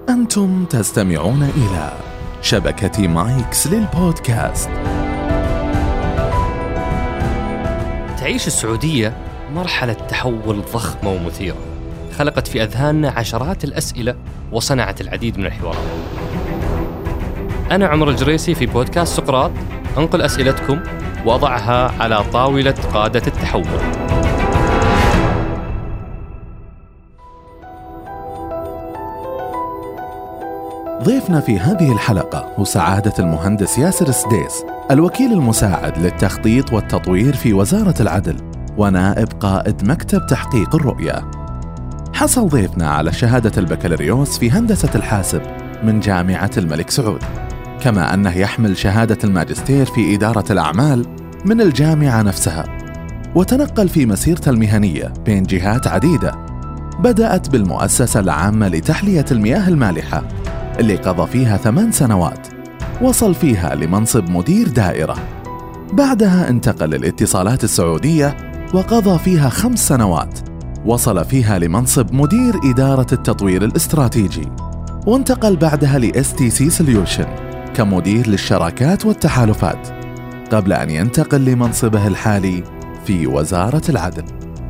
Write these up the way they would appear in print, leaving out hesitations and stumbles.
أنتم تستمعون إلى شبكة مايكس للبودكاست. تعيش السعودية مرحلة تحول ضخمة ومثيرة، خلقت في أذهاننا عشرات الأسئلة وصنعت العديد من الحوارات. أنا عمر الجريسي في بودكاست سقراط أنقل أسئلتكم وأضعها على طاولة قادة التحول. ضيفنا في هذه الحلقة هو سعادة المهندس ياسر السديس، الوكيل المساعد للتخطيط والتطوير في وزارة العدل ونائب قائد مكتب تحقيق الرؤية. حصل ضيفنا على شهادة البكالوريوس في هندسة الحاسب من جامعة الملك سعود، كما أنه يحمل شهادة الماجستير في إدارة الأعمال من الجامعة نفسها، وتنقل في مسيرته المهنية بين جهات عديدة. بدأت بالمؤسسة العامة لتحلية المياه المالحة اللي قضى فيها 8 سنوات، وصل فيها لمنصب مدير دائرة. بعدها انتقل للاتصالات السعودية وقضى فيها 5 سنوات، وصل فيها لمنصب مدير إدارة التطوير الاستراتيجي، وانتقل بعدها لSTC Solution كمدير للشراكات والتحالفات، قبل أن ينتقل لمنصبه الحالي في وزارة العدل.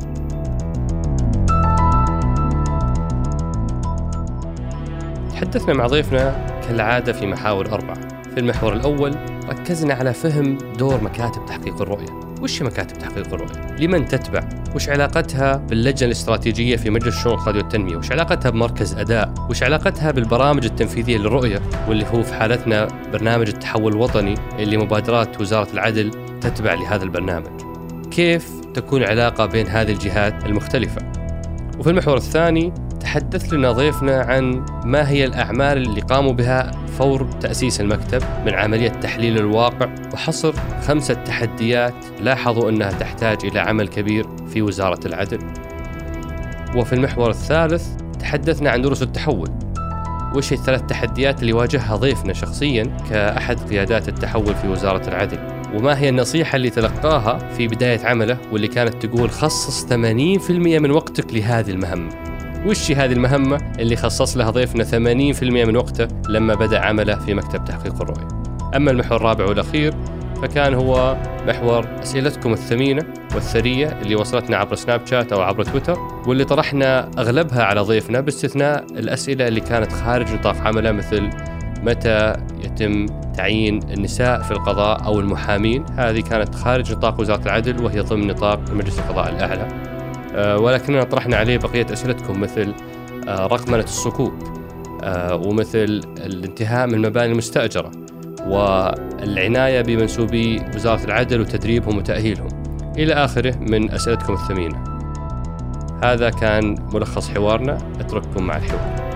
تحدثنا مع ضيفنا كالعادة في محاور 4. في المحور الأول ركزنا على فهم دور مكاتب تحقيق الرؤية. وش مكاتب تحقيق الرؤية؟ لمن تتبع؟ وش علاقتها باللجنة الاستراتيجية في مجلس الشؤون الاقتصادية والتنمية؟ وش علاقتها بمركز أداء؟ وش علاقتها بالبرامج التنفيذية للرؤية، واللي هو في حالتنا برنامج التحول الوطني اللي مبادرات وزارة العدل تتبع لهذا البرنامج؟ كيف تكون علاقة بين هذه الجهات المختلفة؟ وفي المحور الثاني تحدث لنا ضيفنا عن ما هي الأعمال اللي قاموا بها فور تأسيس المكتب من عملية تحليل الواقع وحصر 5 تحديات لاحظوا أنها تحتاج إلى عمل كبير في وزارة العدل. وفي المحور الثالث تحدثنا عن دروس التحول، وش هي ال3 تحديات اللي واجهها ضيفنا شخصيا كأحد قيادات التحول في وزارة العدل، وما هي النصيحة اللي تلقاها في بداية عمله واللي كانت تقول خصص 80% من وقتك لهذه المهمة. وش هذه المهمة اللي خصص لها ضيفنا 80% من وقته لما بدأ عمله في مكتب تحقيق الرؤية؟ أما المحور الرابع والأخير فكان هو محور أسئلتكم الثمينة والثرية اللي وصلتنا عبر سناب شات أو عبر تويتر، واللي طرحنا أغلبها على ضيفنا باستثناء الأسئلة اللي كانت خارج نطاق عمله، مثل متى يتم تعيين النساء في القضاء أو المحامين. هذه كانت خارج نطاق وزارة العدل وهي ضمن نطاق مجلس القضاء الأعلى. ولكننا طرحنا عليه بقية أسئلتكم مثل رقمنة الصكوك، ومثل الانتهاء من المباني المستأجرة، والعناية بمنسوبي وزارة العدل وتدريبهم وتأهيلهم إلى آخره من أسئلتكم الثمينة. هذا كان ملخص حوارنا، أترككم مع الحوار.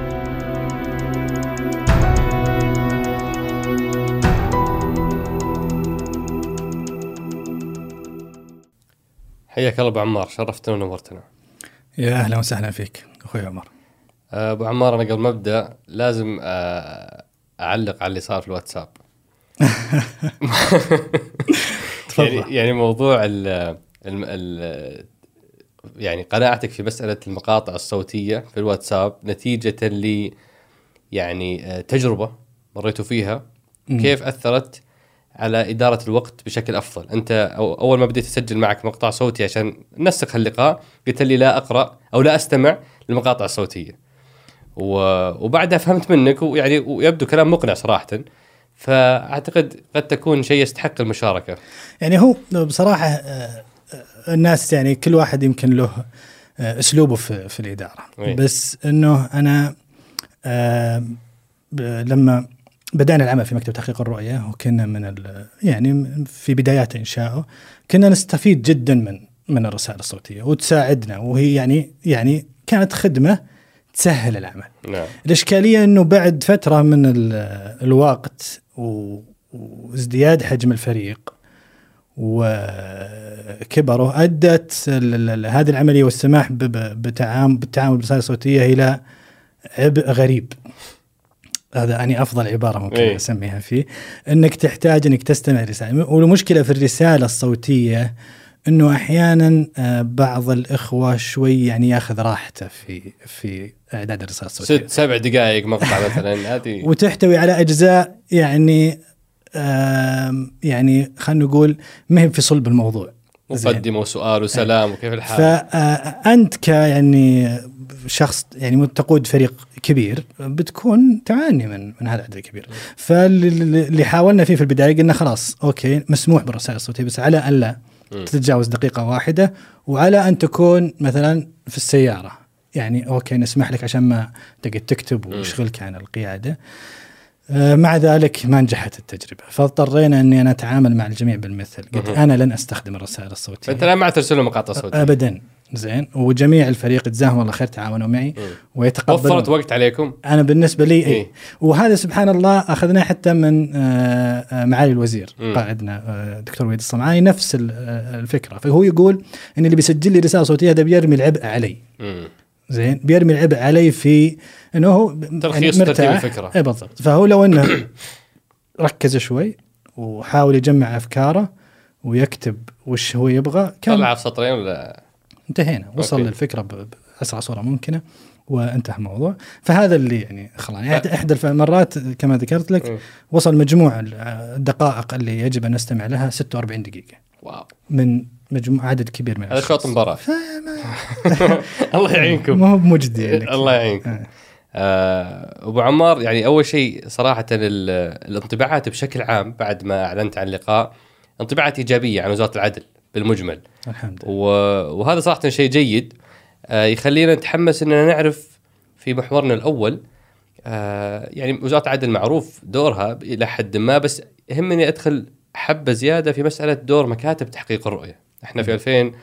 حياك الله أبو عمار، شرفتنا ونورتنا. يا أهلا وسهلا فيك أخوي عمر. أبو عمار، أنا قبل ما أبدأ لازم أعلق على اللي صار في الواتساب. يعني موضوع يعني قناعتك في مسألة المقاطع الصوتية في الواتساب نتيجة ل يعني تجربة مريتوا فيها، كيف أثرت على إدارة الوقت بشكل أفضل؟ أنت أول ما بديت أسجل معك مقطع صوتي عشان نسق اللقاء قلت لي لا أقرأ أو لا أستمع للمقاطع الصوتية، وبعدها فهمت منك ويعني ويبدو كلام مقنع صراحة، فأعتقد قد تكون شيء يستحق المشاركة. يعني هو بصراحة الناس يعني كل واحد يمكن له أسلوبه في الإدارة، بس إنه أنا لما بدأنا العمل في مكتب تحقيق الرؤية وكنا يعني في بدايات إنشائه كنا نستفيد جدا من الرسائل الصوتية وتساعدنا، وهي يعني كانت خدمة تسهل العمل. نعم. الإشكالية إنه بعد فترة من الوقت وازدياد حجم الفريق وكبره أدت هذه العملية والسماح بالتعامل بالرسائل الصوتية إلى عبء غريب. هذا يعني أفضل عبارة ممكن أسميها فيه، أنك تحتاج أنك تستمع رسالة. والمشكلة في الرسالة الصوتية انه احيانا بعض الاخوه شوي يعني ياخذ راحته في اعداد الرساله الصوتيه 6-7 دقائق مقطع مثلا هذه وتحتوي على اجزاء يعني خلينا نقول ما هي في صلب الموضوع، مقدمه وسؤال وسلام وكيف الحال. فانت يعني شخص يعني تقود فريق كبير بتكون تعاني من هذا العدد الكبير. فاللي حاولنا فيه في البدايه قلنا خلاص اوكي مسموح بالرسائل الصوتيه بس على ان لا تتجاوز دقيقه واحده، وعلى ان تكون مثلا في السياره يعني اوكي نسمح لك عشان ما تقعد تكتب ويشغلك عن القياده. مع ذلك ما نجحت التجربة، فاضطرينا أني أنا أتعامل مع الجميع بالمثل. قلت أنا لن أستخدم الرسائل الصوتية. أنت لا ما ترسل مقاطع صوتية أبدا. زين. وجميع الفريق جزاهم الله خير تعاونوا معي ويتقبلوا. وفرت وقت عليكم. أنا بالنسبة لي إيه. وهذا سبحان الله أخذناه حتى من معالي الوزير قائدنا دكتور وليد الصمعاني نفس الفكرة. فهو يقول إن اللي بيسجل لي رسالة صوتية هذا بيرمي العبء علي. زين. بيرمي العبء علي في انه هو ترخيص يعني ترتيب الفكره. اي بالضبط. فهو لو انه ركز شوي وحاول يجمع افكاره ويكتب وش هو يبغى كان طلع في سطرين ولا انتهينا. وصل للفكره باسرع صوره ممكنه وانتهى الموضوع. فهذا اللي يعني خلاني احدى المرات كما ذكرت لك وصل مجموع الدقائق اللي يجب ان نستمع لها 46 دقيقه. واو. من مجموعة عدد كبير من هذا شوط مباراة. الله يعينكم. ما هو بمجدي يعني. الله يعينكم. أبو عمار يعني أول شيء صراحة الانطباعات بشكل عام بعد ما أعلنت عن اللقاء انطباعات إيجابية عن وزارة العدل بالمجمل. الحمد لله. وهذا صراحة شيء جيد يخلينا نتحمس إننا نعرف في محورنا الأول. يعني وزارة العدل معروف دورها إلى حد ما، بس يهمني أدخل حبة زيادة في مسألة دور مكاتب تحقيق الرؤية. احنا في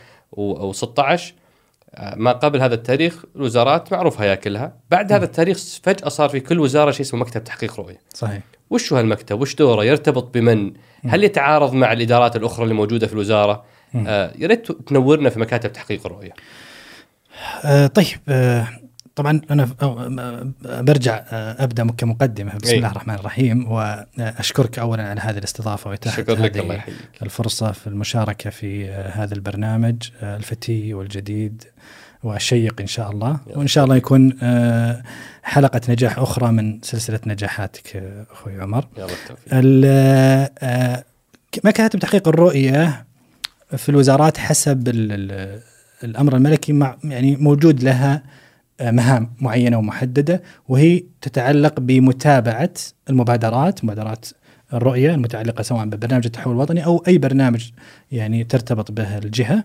2016 ما قبل هذا التاريخ الوزارات معروف هياكلها. بعد هذا التاريخ فجأة صار في كل وزارة شيء اسمه مكتب تحقيق رؤية. صحيح. وش هو المكتب؟ وش دوره؟ يرتبط بمن؟ هل يتعارض مع الإدارات الأخرى اللي موجودة في الوزارة؟ يا ريت تنورنا في مكاتب تحقيق الرؤية. طيب. طبعا أنا برجع أبدأ كمقدمة. بسم الله الرحمن الرحيم. وأشكرك أولا على هذه الاستضافة وإتاحة هذه الفرصة في المشاركة في هذا البرنامج الفتي والجديد والشيق إن شاء الله. وإن شاء الله يكون حلقة نجاح أخرى من سلسلة نجاحاتك أخوي عمر. مكاتب تحقيق الرؤية في الوزارات حسب الأمر الملكي يعني موجود لها مهام معينة ومحددة، وهي تتعلق بمتابعة مبادرات الرؤية المتعلقة سواء ببرنامج التحول الوطني أو أي برنامج يعني ترتبط به الجهة،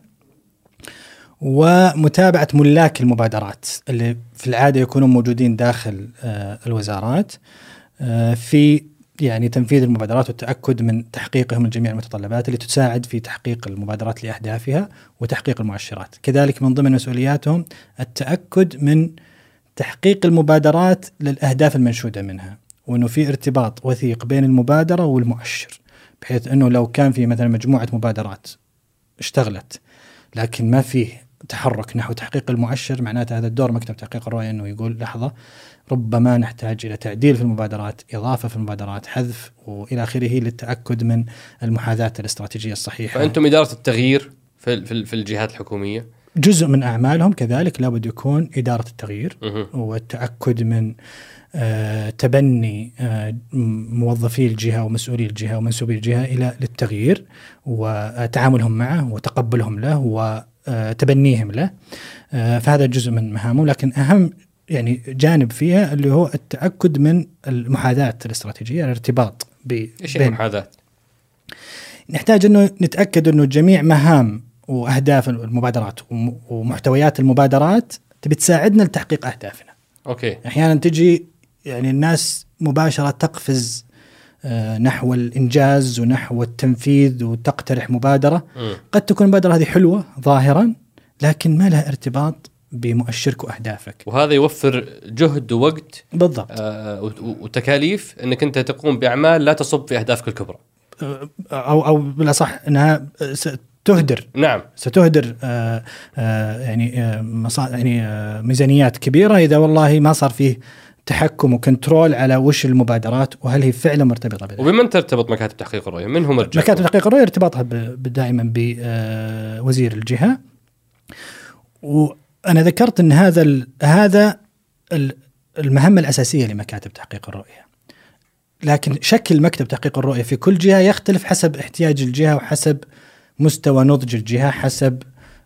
ومتابعة ملاك المبادرات اللي في العادة يكونون موجودين داخل الوزارات في يعني تنفيذ المبادرات والتأكد من تحقيقهم لجميع المتطلبات اللي تساعد في تحقيق المبادرات لأهدافها وتحقيق المؤشرات. كذلك من ضمن مسؤولياتهم التأكد من تحقيق المبادرات للأهداف المنشودة منها، وأنه في ارتباط وثيق بين المبادرة والمؤشر، بحيث أنه لو كان في مثلا مجموعة مبادرات اشتغلت لكن ما فيه تحرك نحو تحقيق المؤشر، معناته هذا الدور مكتب تحقيق الرؤية أنه يقول لحظة ربما نحتاج إلى تعديل في المبادرات، إضافة في المبادرات، حذف وإلى آخره للتأكد من المحاذاة الاستراتيجية الصحيحة. فأنتم إدارة التغيير في الجهات الحكومية جزء من أعمالهم كذلك لابد يكون إدارة التغيير والتأكد من تبني موظفي الجهة ومسؤولي الجهة ومنسوبي الجهة للتغيير وتعاملهم معه وتقبلهم له وتبنيهم له. فهذا جزء من مهامه، لكن أهم يعني جانب فيها اللي هو التأكد من المحاذاة الاستراتيجية، الارتباط إيش المحاذاة؟ نحتاج أنه نتأكد أنه جميع مهام وأهداف المبادرات ومحتويات المبادرات تبي تساعدنا لتحقيق أهدافنا. أوكي. أحيانا تجي يعني الناس مباشرة تقفز نحو الإنجاز ونحو التنفيذ وتقترح مبادرة قد تكون المبادرة هذه حلوة ظاهرا لكن ما لها ارتباط بمؤشرك وأهدافك، وهذا يوفر جهد ووقت بالضبط وتكاليف أنك أنت تقوم بأعمال لا تصب في أهدافك الكبرى، أو بالأصح أنها تهدر. نعم. ستهدر يعني ميزانيات كبيرة إذا والله ما صار فيه تحكم وكنترول على وش المبادرات وهل هي فعلا مرتبطة بها. وبمن ترتبط مكاتب تحقيق الرؤية؟ من هم مرجع؟ مكاتب تحقيق الرؤية ارتباطها دائما بوزير الجهة. وأنا ذكرت أن هذا المهمة الأساسية لمكاتب تحقيق الرؤية، لكن شكل مكتب تحقيق الرؤية في كل جهة يختلف حسب احتياج الجهة وحسب مستوى نضج الجهة، حسب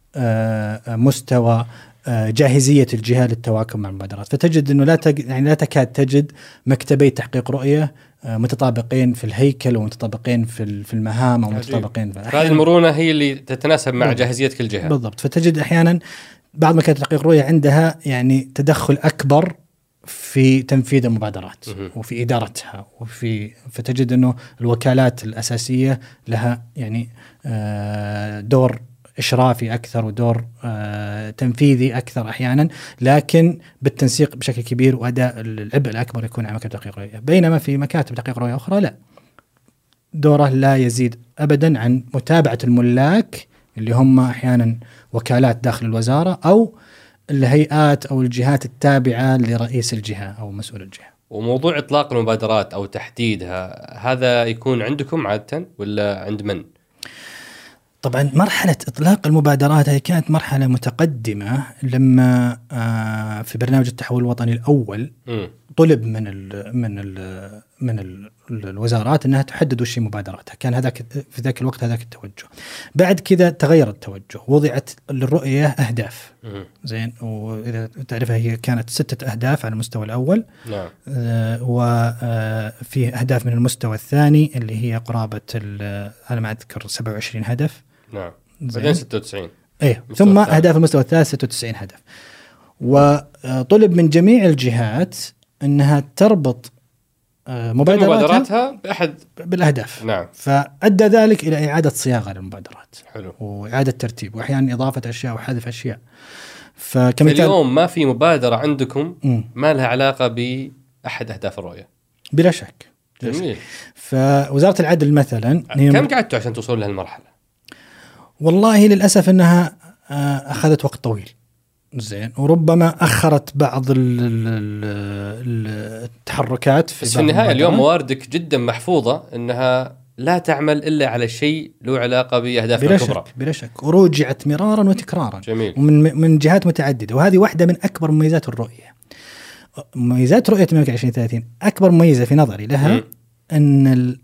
مستوى جاهزية الجهة للتواكب مع المبادرات. فتجد أنه لا تكاد تجد مكتبي تحقيق رؤية متطابقين في الهيكل ومتطابقين في المهام ومتطابقين هذه المرونة هي اللي تتناسب مع جاهزية كل جهة. بالضبط. فتجد أحيانا بعض مكاتب تحقيق رؤية عندها يعني تدخل أكبر في تنفيذ المبادرات وفي إدارتها فتجد أنه الوكالات الأساسية لها يعني دور إشرافي أكثر ودور تنفيذي أكثر أحيانا، لكن بالتنسيق بشكل كبير وأداء العبء الأكبر يكون على مكاتب تحقيق رؤية. بينما في مكاتب تحقيق رؤية أخرى لا، دوره لا يزيد أبدا عن متابعة الملاك اللي هم أحيانا وكالات داخل الوزارة أو الهيئات أو الجهات التابعة لرئيس الجهة أو مسؤول الجهة. وموضوع إطلاق المبادرات أو تحديدها هذا يكون عندكم عادة ولا عند من؟ طبعا مرحلة إطلاق المبادرات هي كانت مرحلة متقدمة لما في برنامج التحول الوطني الأول طلب من الوزارات أنها تحدد وش مبادراتها. كان هذاك في ذاك الوقت هذاك التوجه. بعد كذا تغير التوجه، وضعت للرؤية أهداف زين، وإذا تعرفها هي كانت 6 أهداف على المستوى الأول. نعم. وفي أهداف من المستوى الثاني اللي هي قرابة أنا ما أذكر 27 هدف. نعم. بعدين 96. إيه. ثم أهداف المستوى الثالث 96 هدف. وطلب من جميع الجهات أنها تربط مبادراتها بالأهداف. نعم. فأدى ذلك إلى إعادة صياغة للمبادرات. حلو. وإعادة ترتيب وأحيانا إضافة أشياء وحذف أشياء. اليوم ما في مبادرة عندكم ما لها علاقة بأحد أهداف الرؤية؟ بلا شك. جميل. فوزارة العدل مثلا كم قعدتوا عشان توصلوا لهالمرحلة؟ والله للأسف أنها أخذت وقت طويل زين، وربما أخرت بعض التحركات في النهاية اليوم مواردك جدا محفوظة أنها لا تعمل إلا على شيء له علاقة بأهدافها الكبرى. بلا شك. ورجعت مرارا وتكرارا. جميل. ومن جهات متعددة، وهذه واحدة من أكبر مميزات الرؤية. مميزات رؤية 2030 أكبر مميزة في نظري لها أن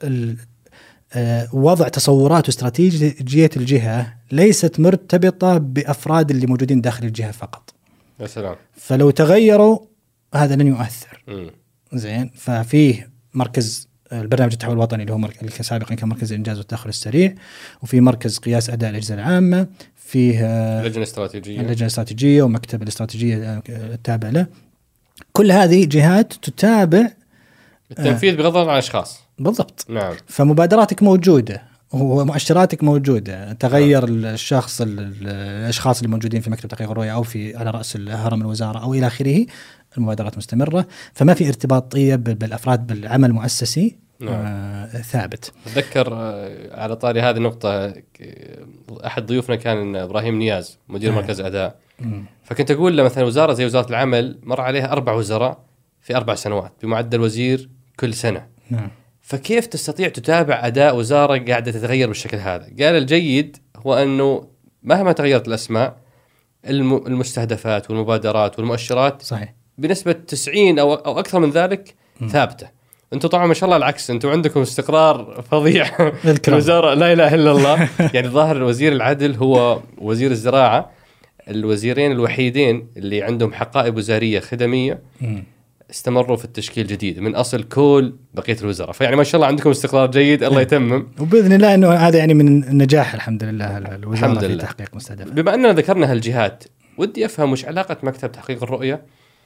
وضع تصورات واستراتيجية الجهة ليست مرتبطة بأفراد اللي موجودين داخل الجهة فقط. يا سلام. فلو تغيروا هذا لن يؤثر. زين. ففيه مركز البرنامج التحول الوطني اللي هو سابقا كان مركز الإنجاز والتأخر السريع، وفي مركز قياس أداء الأجهزة العامة، فيه اللجنة الاستراتيجية ومكتب الاستراتيجية التابع له. كل هذه جهات تتابع التنفيذ بغض النظر عن الأشخاص. بالضبط. نعم. فمبادراتك موجودة ومؤشراتك موجودة. تغير الأشخاص اللي موجودين في مكتب تحقيق الرؤية أو على رأس الهرم الوزارة أو إلى آخره، المبادرات مستمرة. فما في ارتباطية بالأفراد بالعمل المؤسسي. ثابت. أتذكر على طاري هذه النقطة أحد ضيوفنا كان إبراهيم نياز مدير مركز أداء. فكنت أقول له مثلا وزارة زي وزارة العمل مر عليها 4 وزراء في 4 سنوات بمعدل وزير كل سنة. فكيف تستطيع تتابع أداء وزارة قاعدة تتغير بالشكل هذا؟ قال الجيد هو أنه مهما تغيرت الأسماء المستهدفات والمبادرات والمؤشرات صحيح بنسبة 90 أو أكثر من ذلك ثابتة. أنتم طبعا ما شاء الله العكس، أنتم عندكم استقرار فظيع. الوزارة لا إله إلا الله. يعني ظاهر وزير العدل هو وزير الزراعة، الوزيرين الوحيدين اللي عندهم حقائب وزارية خدمية استمروا في التشكيل جديد من أصل كل بقية الوزراء. فيعني ما شاء الله عندكم استقرار جيد. الله يتمم. وبإذن الله أنه هذا يعني من النجاح الحمد لله الوزارة في تحقيق مستهدفات. بما أننا ذكرنا هالجهات ودي أفهم وش علاقة مكتب تحقيق الرؤية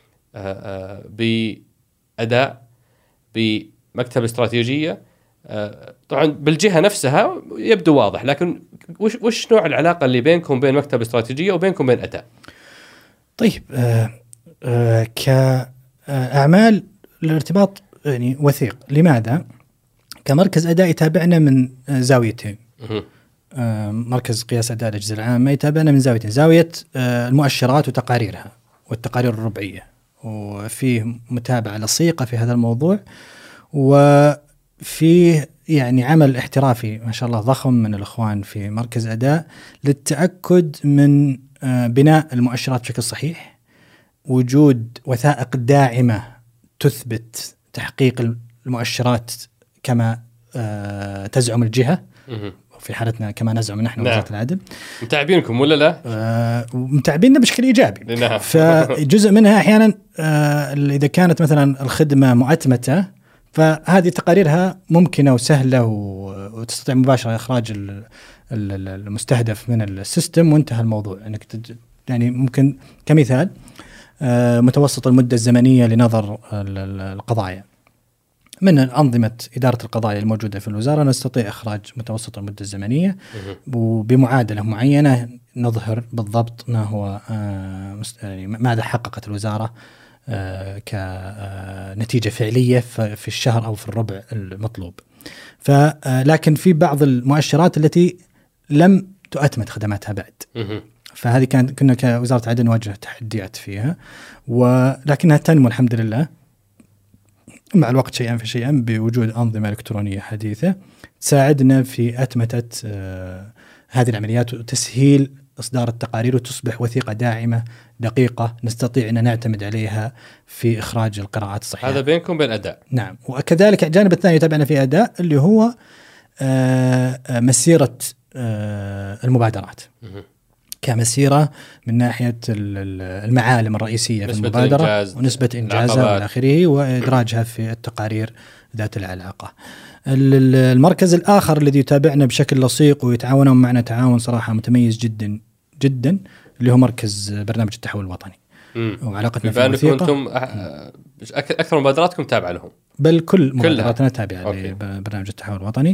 بأداء بمكتب الاستراتيجية. طبعا بالجهة نفسها يبدو واضح، لكن وش نوع العلاقة اللي بينكم بين مكتب الاستراتيجية وبينكم بين أداء؟ طيب كأعمال الارتباط يعني وثيق. لماذا؟ كمركز أداء يتابعنا من زاويتين. مركز قياس أداء الأجهزة العامة يتابعنا من زاويتين، زاوية المؤشرات وتقاريرها والتقارير الربعية، وفيه متابعة لصيقة في هذا الموضوع، وفيه يعني عمل احترافي ما شاء الله ضخم من الإخوان في مركز أداء للتأكد من بناء المؤشرات بشكل صحيح، وجود وثائق داعمة تثبت تحقيق المؤشرات كما تزعم الجهة، في حالتنا كما نزعم نحن وزارة العدل. متعبينكم ولا لا؟ متعبيننا بشكل إيجابي. نعم. فجزء منها أحيانا إذا كانت مثلا الخدمة مؤتمتة، فهذه تقاريرها ممكنة وسهلة وتستطيع مباشرة إخراج المستهدف من السيستم وانتهى الموضوع. انك يعني ممكن كمثال متوسط المدة الزمنية لنظر القضايا من أنظمة إدارة القضايا الموجودة في الوزارة، نستطيع إخراج متوسط المدة الزمنية وبمعادلة معينة نظهر بالضبط ما هو يعني ماذا حققت الوزارة كنتيجة فعلية في الشهر أو في الربع المطلوب. لكن في بعض المؤشرات التي لم تؤتمت خدماتها بعد، فهذه كنا كوزارة عدن نواجه تحديات فيها، ولكنها تنمو الحمد لله مع الوقت شيئا فشيئا بوجود أنظمة إلكترونية حديثة تساعدنا في أتمتة هذه العمليات وتسهيل إصدار التقارير، وتصبح وثيقة داعمة دقيقة نستطيع أن نعتمد عليها في إخراج القراءات الصحيحة. هذا بينكم بين أداء. نعم. وكذلك الجانب الثاني يتابعنا في أداء اللي هو مسيرة المبادرات كمسيرة من ناحية المعالم الرئيسية في المبادرة ونسبة إنجازها إلى آخره، وإدراجها في التقارير ذات العلاقة. المركز الآخر الذي يتابعنا بشكل لصيق ويتعاونون معنا تعاون صراحة متميز جدا جدا اللي هو مركز برنامج التحول الوطني. وعلاقتنا في وثيقة. أنتم أكثر مبادراتكم تابعة لهم؟ بل كل مبادراتنا تابعة لبرنامج التحول الوطني.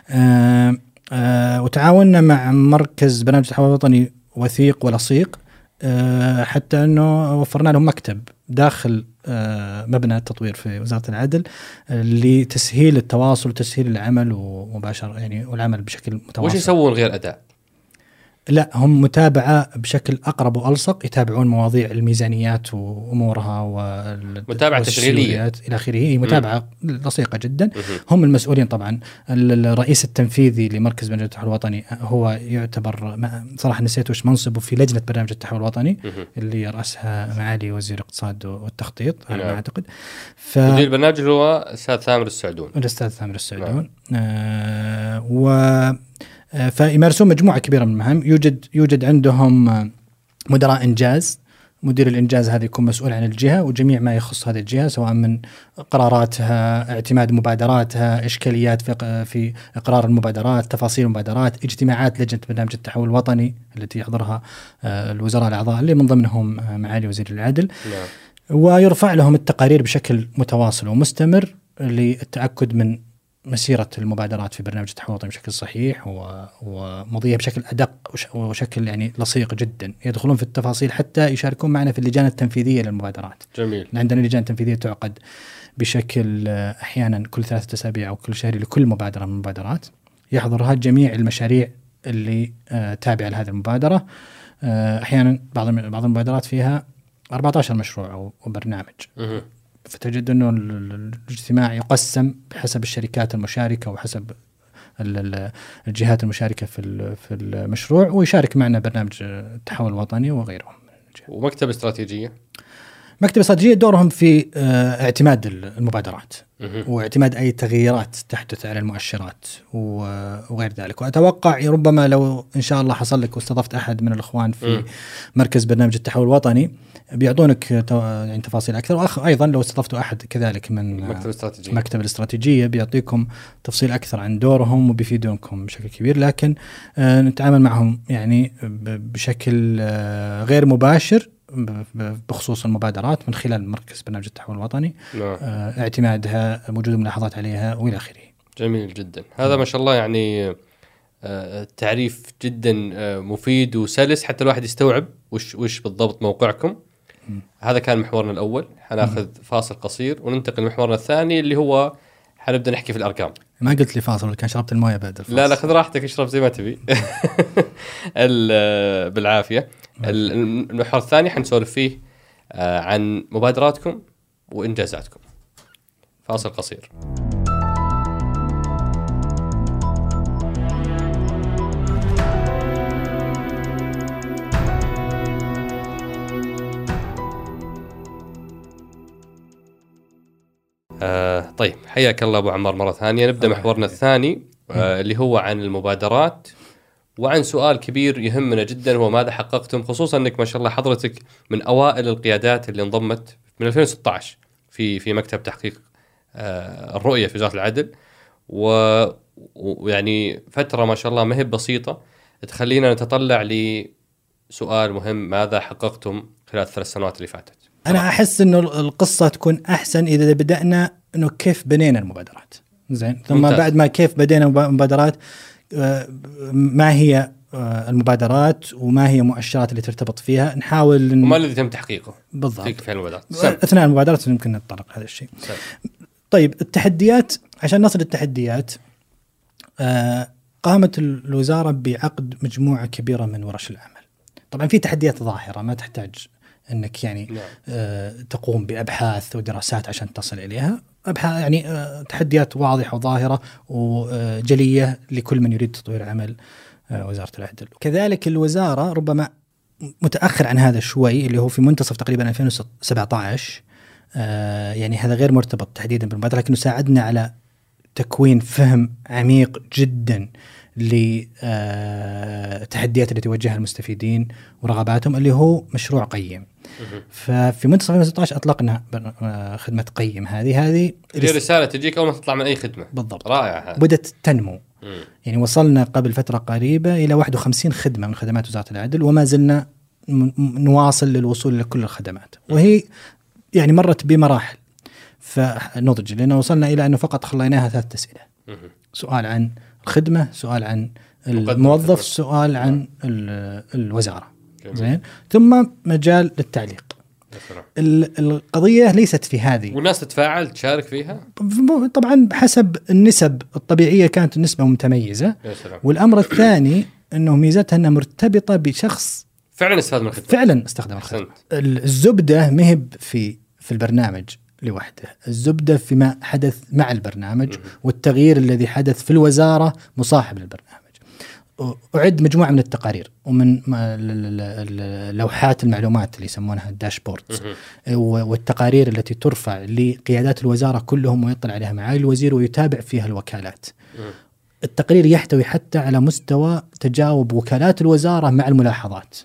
وتعاوننا مع مركز برنامج التحول الوطني وثيق ولصيق، حتى أنه وفرنا لهم مكتب داخل مبنى التطوير في وزارة العدل لتسهيل التواصل وتسهيل العمل ومباشرة يعني والعمل بشكل متواصل. وش يسوون غير أداء؟ لا، هم متابعة بشكل أقرب وألصق، يتابعون مواضيع الميزانيات وأمورها متابعة تشغيلية إلى آخره، متابعة لصيقة جدا. هم المسؤولين طبعا. الرئيس التنفيذي لمركز برنامج التحول الوطني هو يعتبر صراحة نسيت وش منصبه في لجنة برنامج التحول الوطني اللي يرأسها معالي وزير الاقتصاد والتخطيط على ما أعتقد. مدير البرنامج هو الأستاذ ثامر السعدون. الأستاذ ثامر السعدون. فيمارسون مجموعة كبيرة من المهام. يوجد عندهم مدراء إنجاز. مدير الإنجاز هذا يكون مسؤول عن الجهة وجميع ما يخص هذه الجهة، سواء من قراراتها، اعتماد مبادراتها، إشكاليات في إقرار المبادرات، تفاصيل المبادرات، اجتماعات لجنة برنامج التحول الوطني التي يحضرها الوزراء الأعضاء اللي من ضمنهم معالي وزير العدل. ويرفع لهم التقارير بشكل متواصل ومستمر للتأكد من مسيرة المبادرات في برنامج التحول الوطني بشكل صحيح ومضية بشكل أدق وشكل يعني لصيق جدا. يدخلون في التفاصيل حتى يشاركون معنا في اللجان التنفيذية للمبادرات. جميل. عندنا لجان تنفيذية تعقد بشكل أحيانا كل 3 أسابيع أو كل شهر لكل مبادرة من المبادرات، يحضرها جميع المشاريع اللي تابعة لهذه المبادرة. أحيانا بعض المبادرات فيها 14 مشروع أو برنامج. فتجد أنه الاجتماع يقسم بحسب الشركات المشاركة وحسب الجهات المشاركة في المشروع، ويشارك معنا برنامج التحول الوطني وغيرهم. ومكتب استراتيجية. مكتب استراتيجية دورهم في اعتماد المبادرات واعتماد أي تغييرات تحدث على المؤشرات وغير ذلك. وأتوقع ربما لو إن شاء الله حصل لك واستضفت أحد من الإخوان في مركز برنامج التحول الوطني بيعطونك يعني تفاصيل أكثر. وأيضا لو استضفتوا أحد كذلك من مكتب الاستراتيجية بيعطيكم تفصيل أكثر عن دورهم وبيفيدونكم بشكل كبير. لكن نتعامل معهم يعني بشكل غير مباشر بخصوص المبادرات من خلال مركز برنامج التحول الوطني. اعتمادها، وجود ملاحظات عليها وإلى آخره. جميل جدا. هذا ما شاء الله يعني تعريف جدا مفيد وسلس حتى الواحد يستوعب وش بالضبط موقعكم. هذا كان محورنا الأول. حناخذ فاصل قصير وننتقل لمحورنا الثاني اللي هو حنبدأ نحكي في الأرقام. ما قلت لي فاصل ولا كان شربت المويه بعد الفاصل؟ لا خذ راحتك، اشرب زي ما تبي. بالعافية. المحور الثاني حنسولف فيه عن مبادراتكم وإنجازاتكم. فاصل قصير. طيب حياك الله أبو عمار مرة ثانية. نبدأ محورنا الثاني اللي هو عن المبادرات، وعن سؤال كبير يهمنا جدا هو ماذا حققتم، خصوصا أنك ما شاء الله حضرتك من أوائل القيادات اللي انضمت من 2016 في مكتب تحقيق الرؤية في وزارة العدل، ويعني فترة ما شاء الله ما هي بسيطة تخلينا نتطلع لسؤال مهم: ماذا حققتم خلال 3 سنوات اللي فاتت؟ أنا أحس إنه القصة تكون أحسن إذا بدأنا إنه كيف بنينا المبادرات، زين، ثم ممتاز. بعد ما كيف بدينا المبادرات، ما هي المبادرات وما هي المؤشرات اللي ترتبط فيها، نحاول وما الذي تم تحقيقه بالضبط في المبادرات أثناء المبادرات يمكن نتطرق هذا الشيء. طيب التحديات، عشان نصل للتحديات قامت الوزارة بعقد مجموعة كبيرة من ورش العمل. طبعا في تحديات ظاهرة ما تحتاج أنك يعني تقوم بأبحاث ودراسات عشان تصل إليها، أبحاث يعني تحديات واضحة وظاهرة وجلية لكل من يريد تطوير عمل وزارة العدل. كذلك الوزارة ربما متأخر عن هذا شوي، اللي هو في منتصف تقريبا 2017، يعني هذا غير مرتبط تحديدا بالمبادرة، لكنه ساعدنا على تكوين فهم عميق جدا لتحديات اللي تواجهها المستفيدين ورغباتهم، اللي هو مشروع قيم. ففي منتصف 2016 أطلقنا خدمة قيم. هذه رسالة تجيك أول ما تطلع من أي خدمة. بالضبط. رائع. بدأت تنمو. يعني وصلنا قبل فترة قريبة إلى 51 خدمة من خدمات وزارة العدل، وما زلنا نواصل للوصول لكل الخدمات، وهي يعني مرت بمراحل فنضج، لأنه وصلنا إلى أنه فقط خليناها 3 أسئلة: سؤال عن الخدمة، سؤال عن الموظف، سؤال عن الوزارة، زين، ثم مجال للتعليق. القضية ليست في هذه، والناس تتفاعل تشارك فيها طبعا حسب النسب الطبيعية، كانت النسبة متميزة. والأمر الثاني أنه ميزتها أنها مرتبطة بشخص فعلا استفاد من الخدمة، فعلا استخدم الخدمة. الزبدة مهب في البرنامج لوحده، الزبدة فيما حدث مع البرنامج والتغيير الذي حدث في الوزارة مصاحب للبرنامج. أعد مجموعة من التقارير ومن لوحات المعلومات اللي يسمونها الداشبوردز، والتقارير التي ترفع لقيادات الوزارة كلهم ويطلع عليها معالي الوزير ويتابع فيها الوكالات. التقرير يحتوي حتى على مستوى تجاوب وكالات الوزارة مع الملاحظات،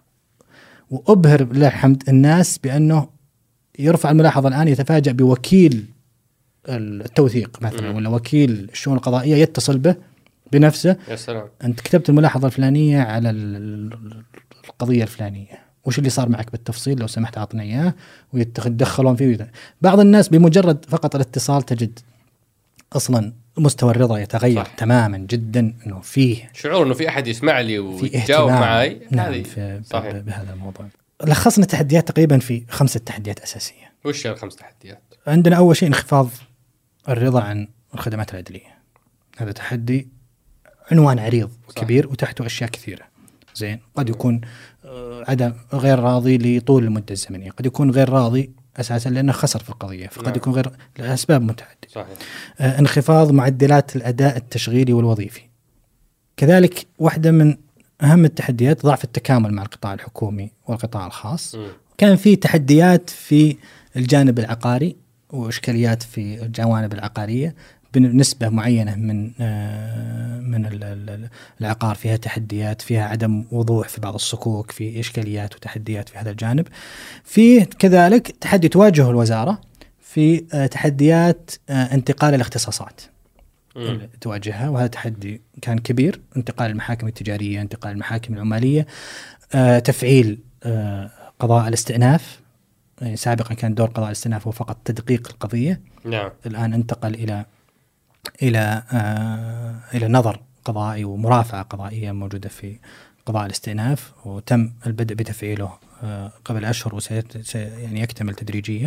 وأبهر بالله الحمد الناس بأنه يرفع الملاحظة الآن يتفاجأ بوكيل التوثيق مثلا ولا وكيل الشؤون القضائية يتصل به بنفسه: يا سلام، أنت كتبت الملاحظة الفلانية على القضية الفلانية، وش اللي صار معك بالتفصيل لو سمحت أعطنا إياه، ويتدخلون فيه. بعض الناس بمجرد فقط الاتصال تجد أصلا مستوى الرضا يتغير. صح. تماما جدا، إنه فيه شعور إنه في أحد يسمع لي ويجاوب معي. نعم، بهذا الموضوع. لخصنا التحديات تقريبا في 5 تحديات أساسية. وش هي ال5 تحديات؟ عندنا أول شيء انخفاض الرضا عن الخدمات العدلية. هذا تحدي عنوان عريض وكبير وتحته أشياء كثيرة. زين، قد يكون عدم غير راضي لطول المدة الزمنية، قد يكون غير راضي أساسا لأنه خسر في القضية، فقد يكون غير لأسباب متعددة. صحيح. انخفاض معدلات الأداء التشغيلي والوظيفي. كذلك واحدة من أهم التحديات ضعف التكامل مع القطاع الحكومي والقطاع الخاص. كان في تحديات في الجانب العقاري وإشكاليات في الجوانب العقارية بنسبة معينة من العقار فيها تحديات، فيها عدم وضوح في بعض الصكوك، في إشكاليات وتحديات في هذا الجانب. في كذلك تحدي تواجه الوزارة في تحديات انتقال الاختصاصات تواجهها، وهذا تحدي كان كبير: انتقال المحاكم التجارية، انتقال المحاكم العمالية، تفعيل قضاء الاستئناف. يعني سابقا كان دور قضاء الاستئناف هو فقط تدقيق القضية. نعم. الآن انتقل إلى نظر قضائي ومرافعة قضائية موجودة في قضاء الاستئناف، وتم البدء بتفعيله قبل أشهر يعني يكتمل تدريجيا،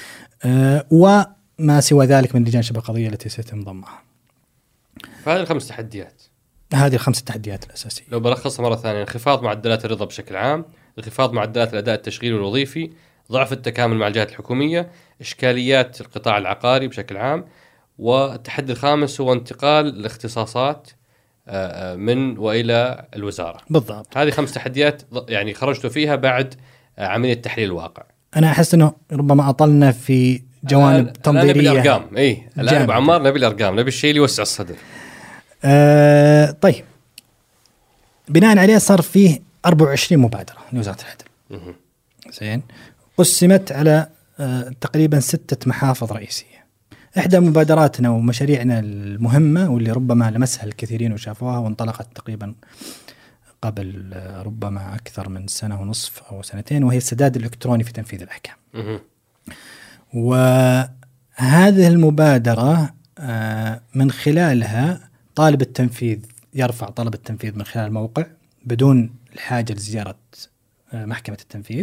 وما سوى ذلك من لجان شبه قضية التي سيتم ضمها. فهذه ال5 تحديات. هذه ال5 تحديات الأساسية. لو بلخصها مرة ثانية: انخفاض معدلات الرضا بشكل عام، انخفاض معدلات الأداء التشغيلي والوظيفي، ضعف التكامل مع الجهات الحكومية، إشكاليات القطاع العقاري بشكل عام، والتحدي الخامس هو انتقال الاختصاصات من وإلى الوزارة. بالضبط. هذه 5 تحديات يعني خرجتوا فيها بعد عملية تحليل الواقع. أنا أحس أنه ربما أطلنا في جوانب تنظيرية. نبي الأرقام. الآن أبو عمار نبي الأرقام، نبي الشيء اللي يوسع الصدر. طيب، بناء عليه صار فيه 24 مبادرة لوزارة العدل. زين، قسمت على تقريبا 6 محافظ رئيسية. إحدى مبادراتنا ومشاريعنا المهمة واللي ربما لمسها الكثيرين وشافوها وانطلقت تقريبا قبل ربما أكثر من 1.5 سنة أو 2 وهي السداد الإلكتروني في تنفيذ الأحكام. وهذه المبادرة من خلالها طالب التنفيذ يرفع طلب التنفيذ من خلال الموقع بدون الحاجة لزيارة محكمة التنفيذ،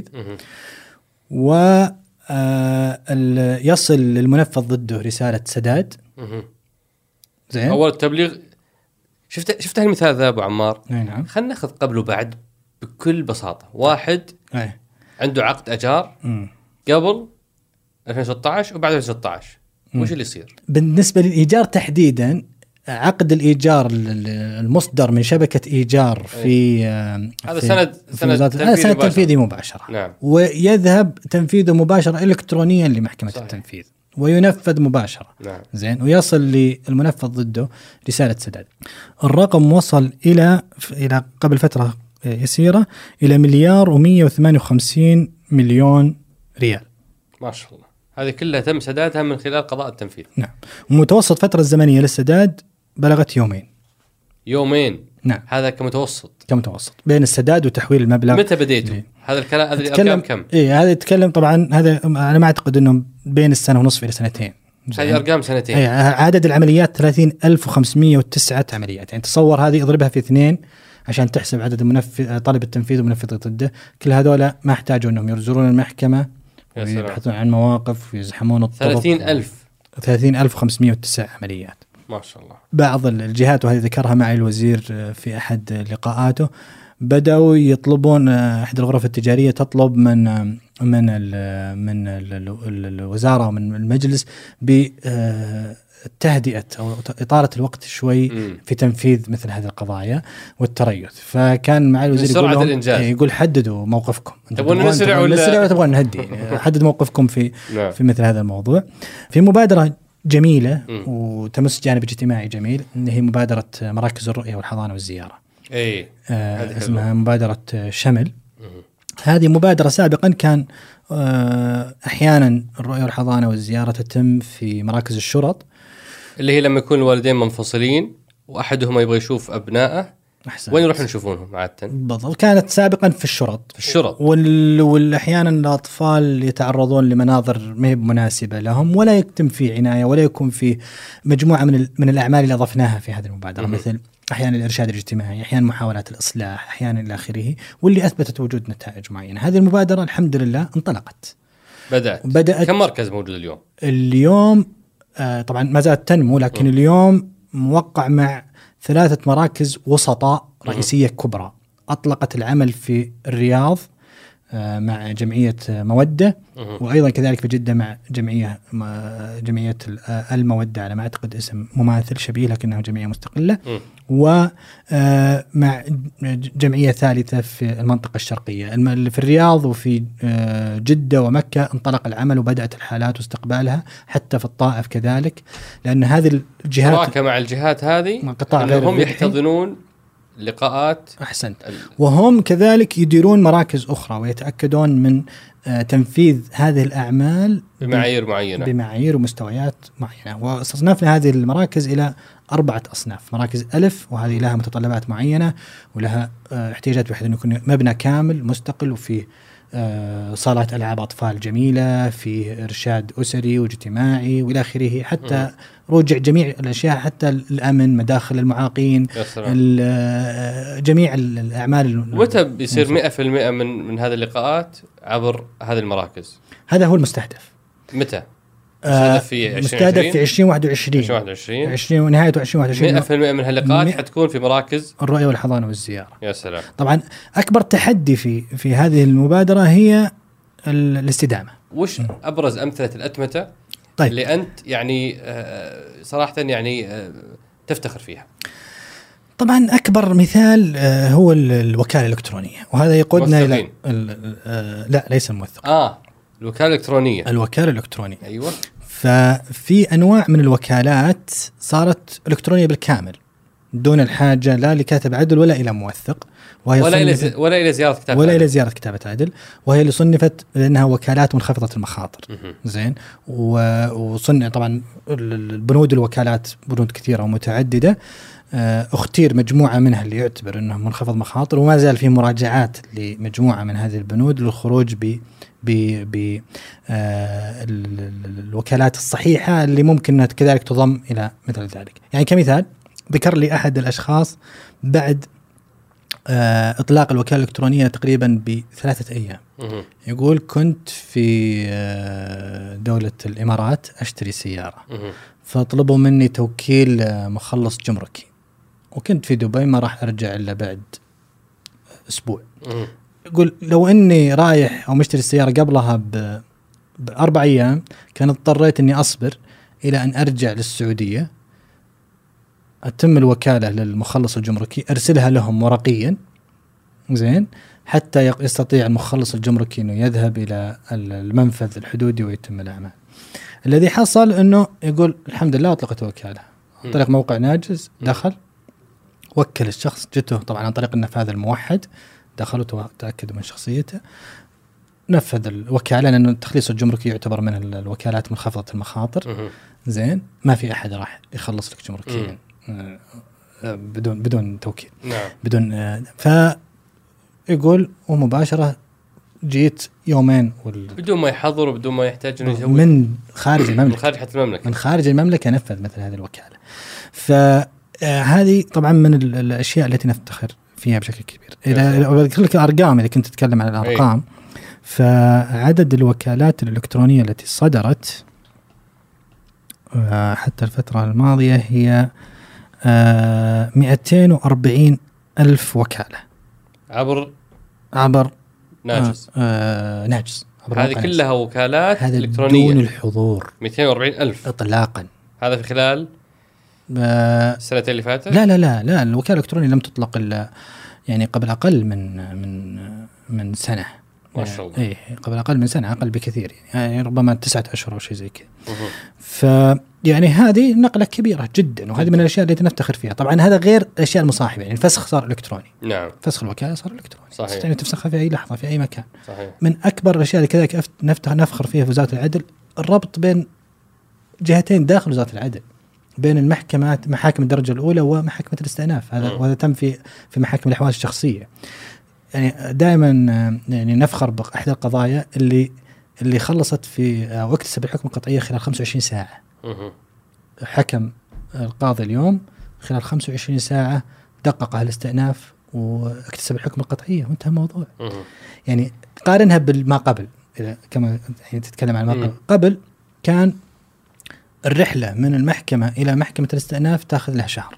ويصل للمنفذ ضده رسالة سداد. زين، أول التبليغ. شفت المثال ذا أبو عمار؟ نعم. خلنا نأخذ قبل وبعد بكل بساطة. واحد عنده عقد أجار قبل 2016 وبعد 2016، وش اللي يصير؟ بالنسبة للإيجار تحديدا، عقد الإيجار المصدر من شبكة إيجار في هذا سند تنفيذي مباشرة. نعم. ويذهب تنفيذه مباشرة إلكترونيا لمحكمة صحيح. التنفيذ وينفذ مباشرة. نعم. زين، ويصل للمنفذ ضده رسالة سداد. الرقم وصل إلى قبل فترة يسيرة إلى 1,158,000,000 ريال. ما شاء الله، هذه كلها تم سدادها من خلال قضاء التنفيذ. نعم. ومتوسط فترة الزمنية للسداد بلغت يومين. نعم. هذا كمتوسط بين السداد وتحويل المبلغ. متى بديتوا؟ هذا الكلام هذا الأرقام كم؟ هذا يتكلم طبعا، هذا أنا ما أعتقد إنه بين 1.5 إلى 2 سنين. هذه أرقام 2 عدد العمليات 30,509 عمليات. يعني تصور هذه اضربها في 2 عشان تحسب عدد طالب التنفيذ ومنفذ ضده. كل هذول ما احتاجوا انهم يزورون المحكمة ويبحثون عن مواقف ويزحمون الطرق. 30,509 عمليات. ما شاء الله. بعض الجهات، وهذه ذكرها معي الوزير في أحد لقاءاته، بدأوا يطلبون، أحد الغرف التجارية تطلب من الوزارة ومن المجلس بتهدئة أو إطالة الوقت شوي في تنفيذ مثل هذه القضايا والتريث. فكان مع الوزير يقول حددوا موقفكم، تبغون نسرع ولا تبغون نهدي؟ حدد موقفكم في مثل هذا الموضوع. في مبادرة جميلة وتمس جانب اجتماعي جميل، إن هي مبادرة مراكز الرؤية والحضانة والزيارة. اسمها مبادرة شمل. هذه مبادرة سابقا كان أحيانا الرؤية والحضانة والزيارة تتم في مراكز الشرط، اللي هي لما يكون الوالدين منفصلين وأحدهما يبغى يشوف أبنائه. وين يروح نشوفونهم عادة؟ بالضبط، كانت سابقا في الشرط. والأحيانا الأطفال يتعرضون لمناظر ما هي مناسبة لهم، ولا يتم في عناية، ولا يكون في مجموعة من الأعمال اللي أضفناها في هذه المبادرة، مثل أحيانا الإرشاد الاجتماعي، أحيانا محاولات الإصلاح، أحيانا إلى آخره، واللي أثبتت وجود نتائج معينة. هذه المبادرة الحمد لله انطلقت. بدأت. كم مركز موجود اليوم طبعا ما زالت تنمو، لكن اليوم موقع مع 3 مراكز وسطاء رئيسية كبرى. أطلقت العمل في الرياض مع جمعية مودة، وأيضا كذلك في جدة مع جمعية المودة على ما أعتقد اسم مماثل شبيه لكنه جمعية مستقلة، ومع جمعية ثالثة في المنطقة الشرقية. في الرياض وفي جدة ومكة انطلق العمل وبدأت الحالات واستقبالها، حتى في الطائف كذلك، لأن هذه الجهات شراكة مع الجهات هذه هم يحتضنون لقاءات. أحسنت. وهم كذلك يديرون مراكز أخرى ويتأكدون من تنفيذ هذه الأعمال بمعايير ومستويات معينة. واصنفنا هذه المراكز إلى 4 أصناف. مراكز ألف، وهذه لها متطلبات معينة ولها احتياجات، بحيث أن يكون مبنى كامل مستقل وفيه صالات ألعاب أطفال جميلة، في إرشاد أسري واجتماعي وإلى آخره، حتى رجع جميع الأشياء، حتى الأمن، مداخل المعاقين، جميع الأعمال. متى بيصير 100% من هذه اللقاءات عبر هذه المراكز؟ هذا هو المستهدف. متى؟ مستهدف في 2021 ونهاية 2021 100% من هاللقاءات حتكون في مراكز الرؤية والحضانة والزيارة. يا سلام. طبعا أكبر تحدي في هذه المبادرة هي الاستدامة. وش أبرز أمثلة الأتمتة طيب. اللي أنت يعني صراحة يعني تفتخر فيها؟ طبعا أكبر مثال هو الوكالة الإلكترونية، وهذا يقودنا إلى لا ليس الموثق. الوكالة الإلكترونية. الوكالة الإلكترونية. أيوة. ففي أنواع من الوكالات صارت إلكترونية بالكامل دون الحاجة لا لكاتب عدل ولا إلى موثق، ولا إلى زيارة كتابة عدل، وهي اللي صنفت لأنها وكالات منخفضة المخاطر. زين. وصنع طبعا البنود الوكالات بنود كثيرة ومتعددة، اختير مجموعة منها اللي يعتبر أنه منخفض مخاطر، وما زال في مراجعات لمجموعة من هذه البنود للخروج الوكالات الصحيحة اللي ممكن كذلك تضم إلى مثل ذلك. يعني كمثال ذكر لي أحد الأشخاص بعد إطلاق الوكالة الإلكترونية تقريبا ب3 أيام، يقول كنت في دولة الإمارات أشتري سيارة، فطلبوا مني توكيل مخلص جمركي، وكنت في دبي ما راح أرجع إلا بعد أسبوع. يقول لو إني رايح أو مشتري السيارة قبلها ب4 أيام كان اضطريت إني أصبر إلى أن أرجع للسعودية، أتم الوكالة للمخلص الجمركي، أرسلها لهم ورقيا، زين، حتى يستطيع المخلص الجمركي إنه يذهب إلى المنفذ الحدودي ويتم الأعمال. الذي حصل إنه يقول الحمد لله أطلقت وكالة عن طريق موقع ناجز، دخل وكل الشخص، جته طبعا عن طريق النفاذ الموحد، دخلوا وتأكدوا من شخصيته، نفذ الوكالة، لأنه التخليص الجمركي يعتبر من الوكالات منخفضة المخاطر. زين، ما في أحد راح يخلص لك جمركيا بدون توكيل. نعم. بدون فيقول ومباشرة جيت يومين بدون ما يحضر وبدون ما يحتاج انه يسوي من خارج المملكة، من خارج حتى المملكة، من خارج المملكة نفذ مثل هذه الوكالة. فهذه طبعا من الأشياء التي نفتخر فيها بشكل كبير. إذا بذكر لك الأرقام، إذا كنت تتكلم عن الأرقام، فعدد الوكالات الإلكترونية التي صدرت حتى الفترة الماضية هي 240 ألف وكالة عبر ناجز. ناجز. هذه كلها وكالات إلكترونية دون الحضور. 240 ألف إطلاقا. هذا في خلال السنتين اللي فاتت؟ لا الوكالة الإلكترونية لم تطلق إلا يعني قبل أقل من سنة. ما شاء الله. إيه، قبل أقل من سنة، أقل بكثير، يعني ربما 9 أشهر أو شيء زي كذا. فيعني هذه نقلة كبيرة جدا، وهذه من الأشياء التي نفتخر فيها. طبعا هذا غير الأشياء المصاحبة، يعني الفسخ صار إلكتروني. نعم. فسخ الوكالة صار إلكتروني. صحيح. يعني تفسخها في أي لحظة في أي مكان. صحيح. من أكبر الأشياء اللي كذلك نفخر فيها في وزارة العدل الربط بين جهتين داخل وزارة العدل، بين المحكمات، محاكم الدرجة الأولى ومحاكمة الاستئناف. وهذا تم في محاكم الأحوال الشخصية. يعني دائما يعني نفخر بأحد القضايا اللي خلصت في واكتسب الحكم القطعية خلال 25 ساعة. حكم القاضي اليوم خلال 25 ساعة دقق الاستئناف واكتسب الحكم القطعية وانتهى الموضوع. يعني قارنها بالما قبل، إذا كما يعني تتكلم عن ما قبل كان الرحلة من المحكمة إلى محكمة الاستئناف تأخذ لها شهر،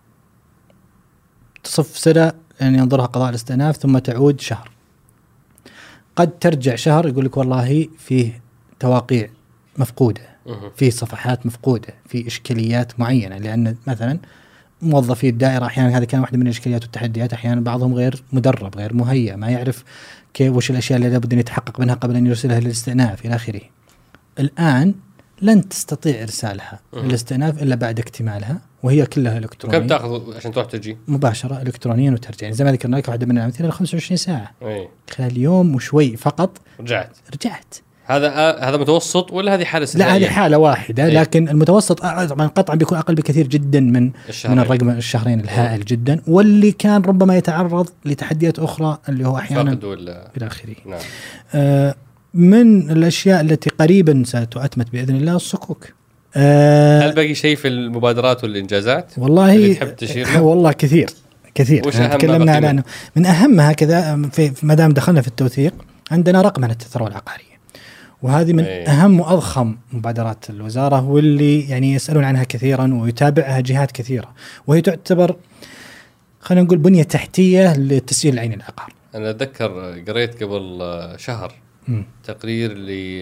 تصف سنة يعني ينظرها قضاء الاستئناف، ثم تعود شهر، قد ترجع شهر يقول لك والله فيه تواقيع مفقودة، فيه صفحات مفقودة، فيه إشكاليات معينة، لأن مثلا موظفي الدائرة أحيانا هذا كان واحدة من الإشكاليات والتحديات، أحيانا بعضهم غير مدرب، غير مهيأ، ما يعرف كيف وش الأشياء اللي لابد أن يتحقق منها قبل أن يرسلها للاستئناف إلى آخره. الآن لن تستطيع إرسالها للاستئناف إلا بعد اكتمالها، وهي كلها إلكترونية. كم تأخذ عشان تروح تجي؟ مباشرة إلكترونيا وترجع. يعني زي ما ذكرنا لك واحدة من الأمثلة 25 ساعة. أي. خلال يوم وشوي فقط رجعت. هذا متوسط ولا هذه حالة استثنائية؟ لا، هذه حالة واحدة. أي. لكن المتوسط طبعا قطعا بيكون أقل بكثير جدا من الرقم الشهرين الهائل جدا، واللي كان ربما يتعرض لتحديات أخرى اللي هو أحيانا إلى آخره. نعم. من الأشياء التي قريبا ستؤتمت بإذن الله الصكوك. هل باقي شيء في المبادرات والإنجازات؟ والله اللي تحب تشير؟ والله كثير. تكلمنا على أنه من أهمها كذا في ما دام دخلنا في التوثيق، عندنا رقمنة الثروة العقارية، وهذه من أهم وأضخم مبادرات الوزارة، واللي يعني يسألون عنها كثيرا ويتابعها جهات كثيرة، وهي تعتبر خلينا نقول بنية تحتية لتسجيل العين العقار. أنا أتذكر قريت قبل شهر تقرير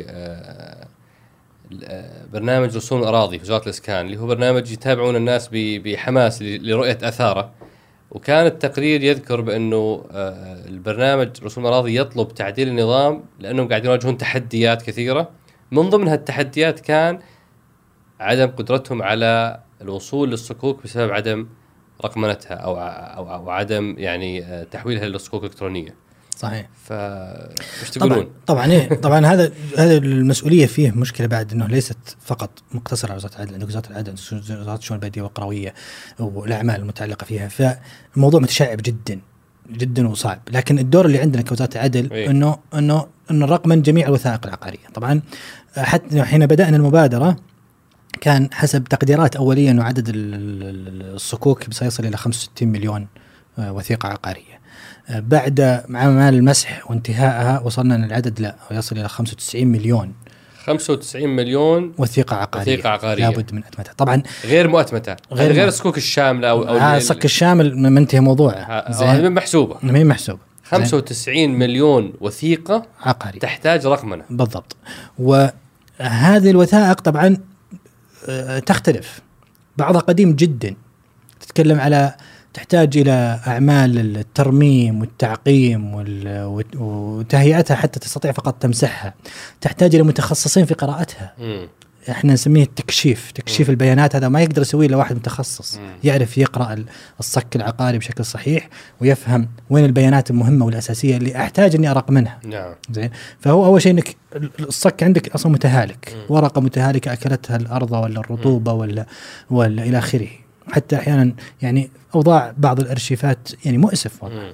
برنامج رسوم الأراضي في وزارة الإسكان، اللي هو برنامج يتابعون الناس بحماس لرؤية أثاره. وكان التقرير يذكر بأنه البرنامج رسوم الأراضي يطلب تعديل النظام لأنهم قاعدين يواجهون تحديات كثيرة. من ضمن هالتحديات كان عدم قدرتهم على الوصول للصكوك بسبب عدم رقمنتها أو عدم يعني تحويلها للصكوك الإلكترونية. صحيح. فايش تقولون؟ طبعا هذا المسؤوليه فيه مشكله بعد، انه ليست فقط مقتصره على وزاره العدل، عندك وزاره العدل، وزاره الشؤون البلديه والقرويه والاعمال المتعلقه فيها، فالموضوع متشعب جدا جدا وصعب. لكن الدور اللي عندنا كوزاره العدل انه الرقمن جميع الوثائق العقاريه. طبعا حتى حين بدانا المبادره كان حسب تقديرات اوليه انه عدد الصكوك سيصل الى 65 مليون وثيقه عقاريه. بعد اعمال المسح وانتهائها وصلنا للعدد لا يصل الى 95 مليون. 95 مليون وثيقه عقاريه لابد من اتمتها. طبعا غير مؤتمته، غير الصكوك الشامله او الصك الشامل منتهي موضوعه، زين محسوبه 95 مليون وثيقه عقاريه تحتاج رقمنه بالضبط. وهذه الوثائق طبعا تختلف، بعضها قديم جدا، تتكلم على تحتاج إلى أعمال الترميم والتعقيم وتهيئتها حتى تستطيع فقط تمسحها، تحتاج إلى متخصصين في قراءتها. احنا نسميه تكشيف البيانات. هذا ما يقدر يسويه إلا واحد متخصص يعرف يقرأ الصك العقاري بشكل صحيح ويفهم وين البيانات المهمة والأساسية اللي أحتاج إني أرق منها. نعم. زين. فهو أول شيء إنك الصك عندك أصلا متهالك، ورقة متهالكة أكلتها الأرض ولا الرطوبة ولا إلى آخره. حتى أحيانا يعني أوضاع بعض الأرشيفات يعني مؤسف والله.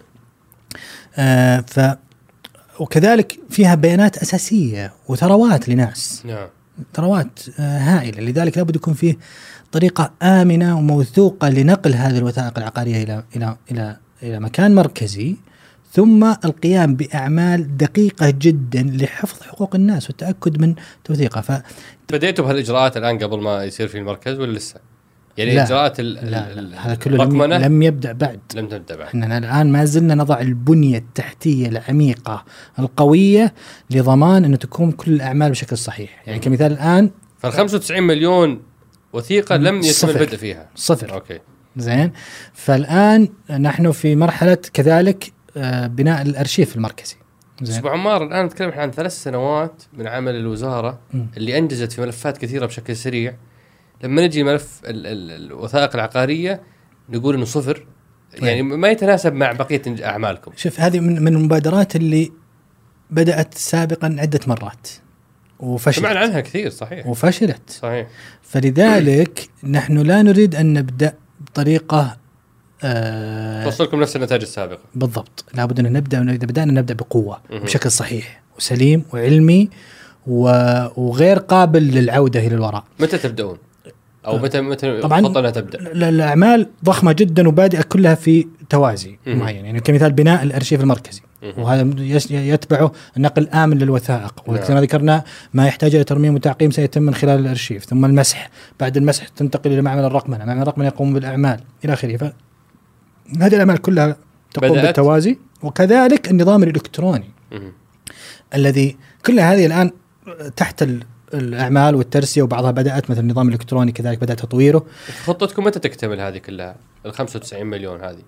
وكذلك فيها بيانات أساسية وثروات لناس. نعم. ثروات هائلة، لذلك لابد يكون فيه طريقة آمنة وموثوقة لنقل هذه الوثائق العقارية إلى مكان مركزي، ثم القيام بأعمال دقيقة جدا لحفظ حقوق الناس والتأكد من توثيقها. بديتوا بهالإجراءات الآن قبل ما يصير في المركز ولا لسه؟ يعني إجراءات هذا كله لم يبدأ بعد. إحنا الآن ما زلنا نضع البنية التحتية العميقة القوية لضمان أن تكون كل الأعمال بشكل صحيح. يعني كمثال الآن فال95 مليون وثيقة لم يتم البدء فيها. صفر. أوكي. زين. فالآن نحن في مرحلة كذلك بناء الأرشيف المركزي. أبو عمار، الآن نتكلم عن 3 سنوات من عمل الوزارة اللي أنجزت في ملفات كثيرة بشكل سريع. لما نجي ملف الوثائق العقارية نقول إنه صفر، يعني ما يتناسب مع بقية أعمالكم. شوف، هذه من المبادرات اللي بدأت سابقا عدة مرات وفشلت. سمعنا عنها كثير. صحيح. وفشلت. صحيح. فلذلك نحن لا نريد أن نبدأ بطريقة توصلكم نفس النتائج السابقة. بالضبط. لابد أن نبدأ، إذا بدأنا نبدأ بقوة بشكل صحيح وسليم وعلمي وغير قابل للعودة إلى الوراء. متى تبدأون؟ أو متى طبعا تبدأ؟ الأعمال ضخمة جدا وبادئة كلها في توازي معين. يعني كمثال بناء الأرشيف المركزي، وهذا يتبعه النقل آمن للوثائق، وكما ذكرنا ما يحتاج إلى ترميم وتعقيم سيتم من خلال الأرشيف، ثم المسح، بعد المسح تنتقل إلى معمل الرقمنة، معمل الرقمنة يقوم بالأعمال إلى آخره. فهذه الأعمال كلها تقوم بالتوازي. وكذلك النظام الإلكتروني الذي كل هذه الآن تحت الأعمال والترسية، وبعضها بدأت مثل النظام الإلكتروني كذلك بدأ تطويره. خطتكم متى تكتمل هذه كلها 95 مليون هذه؟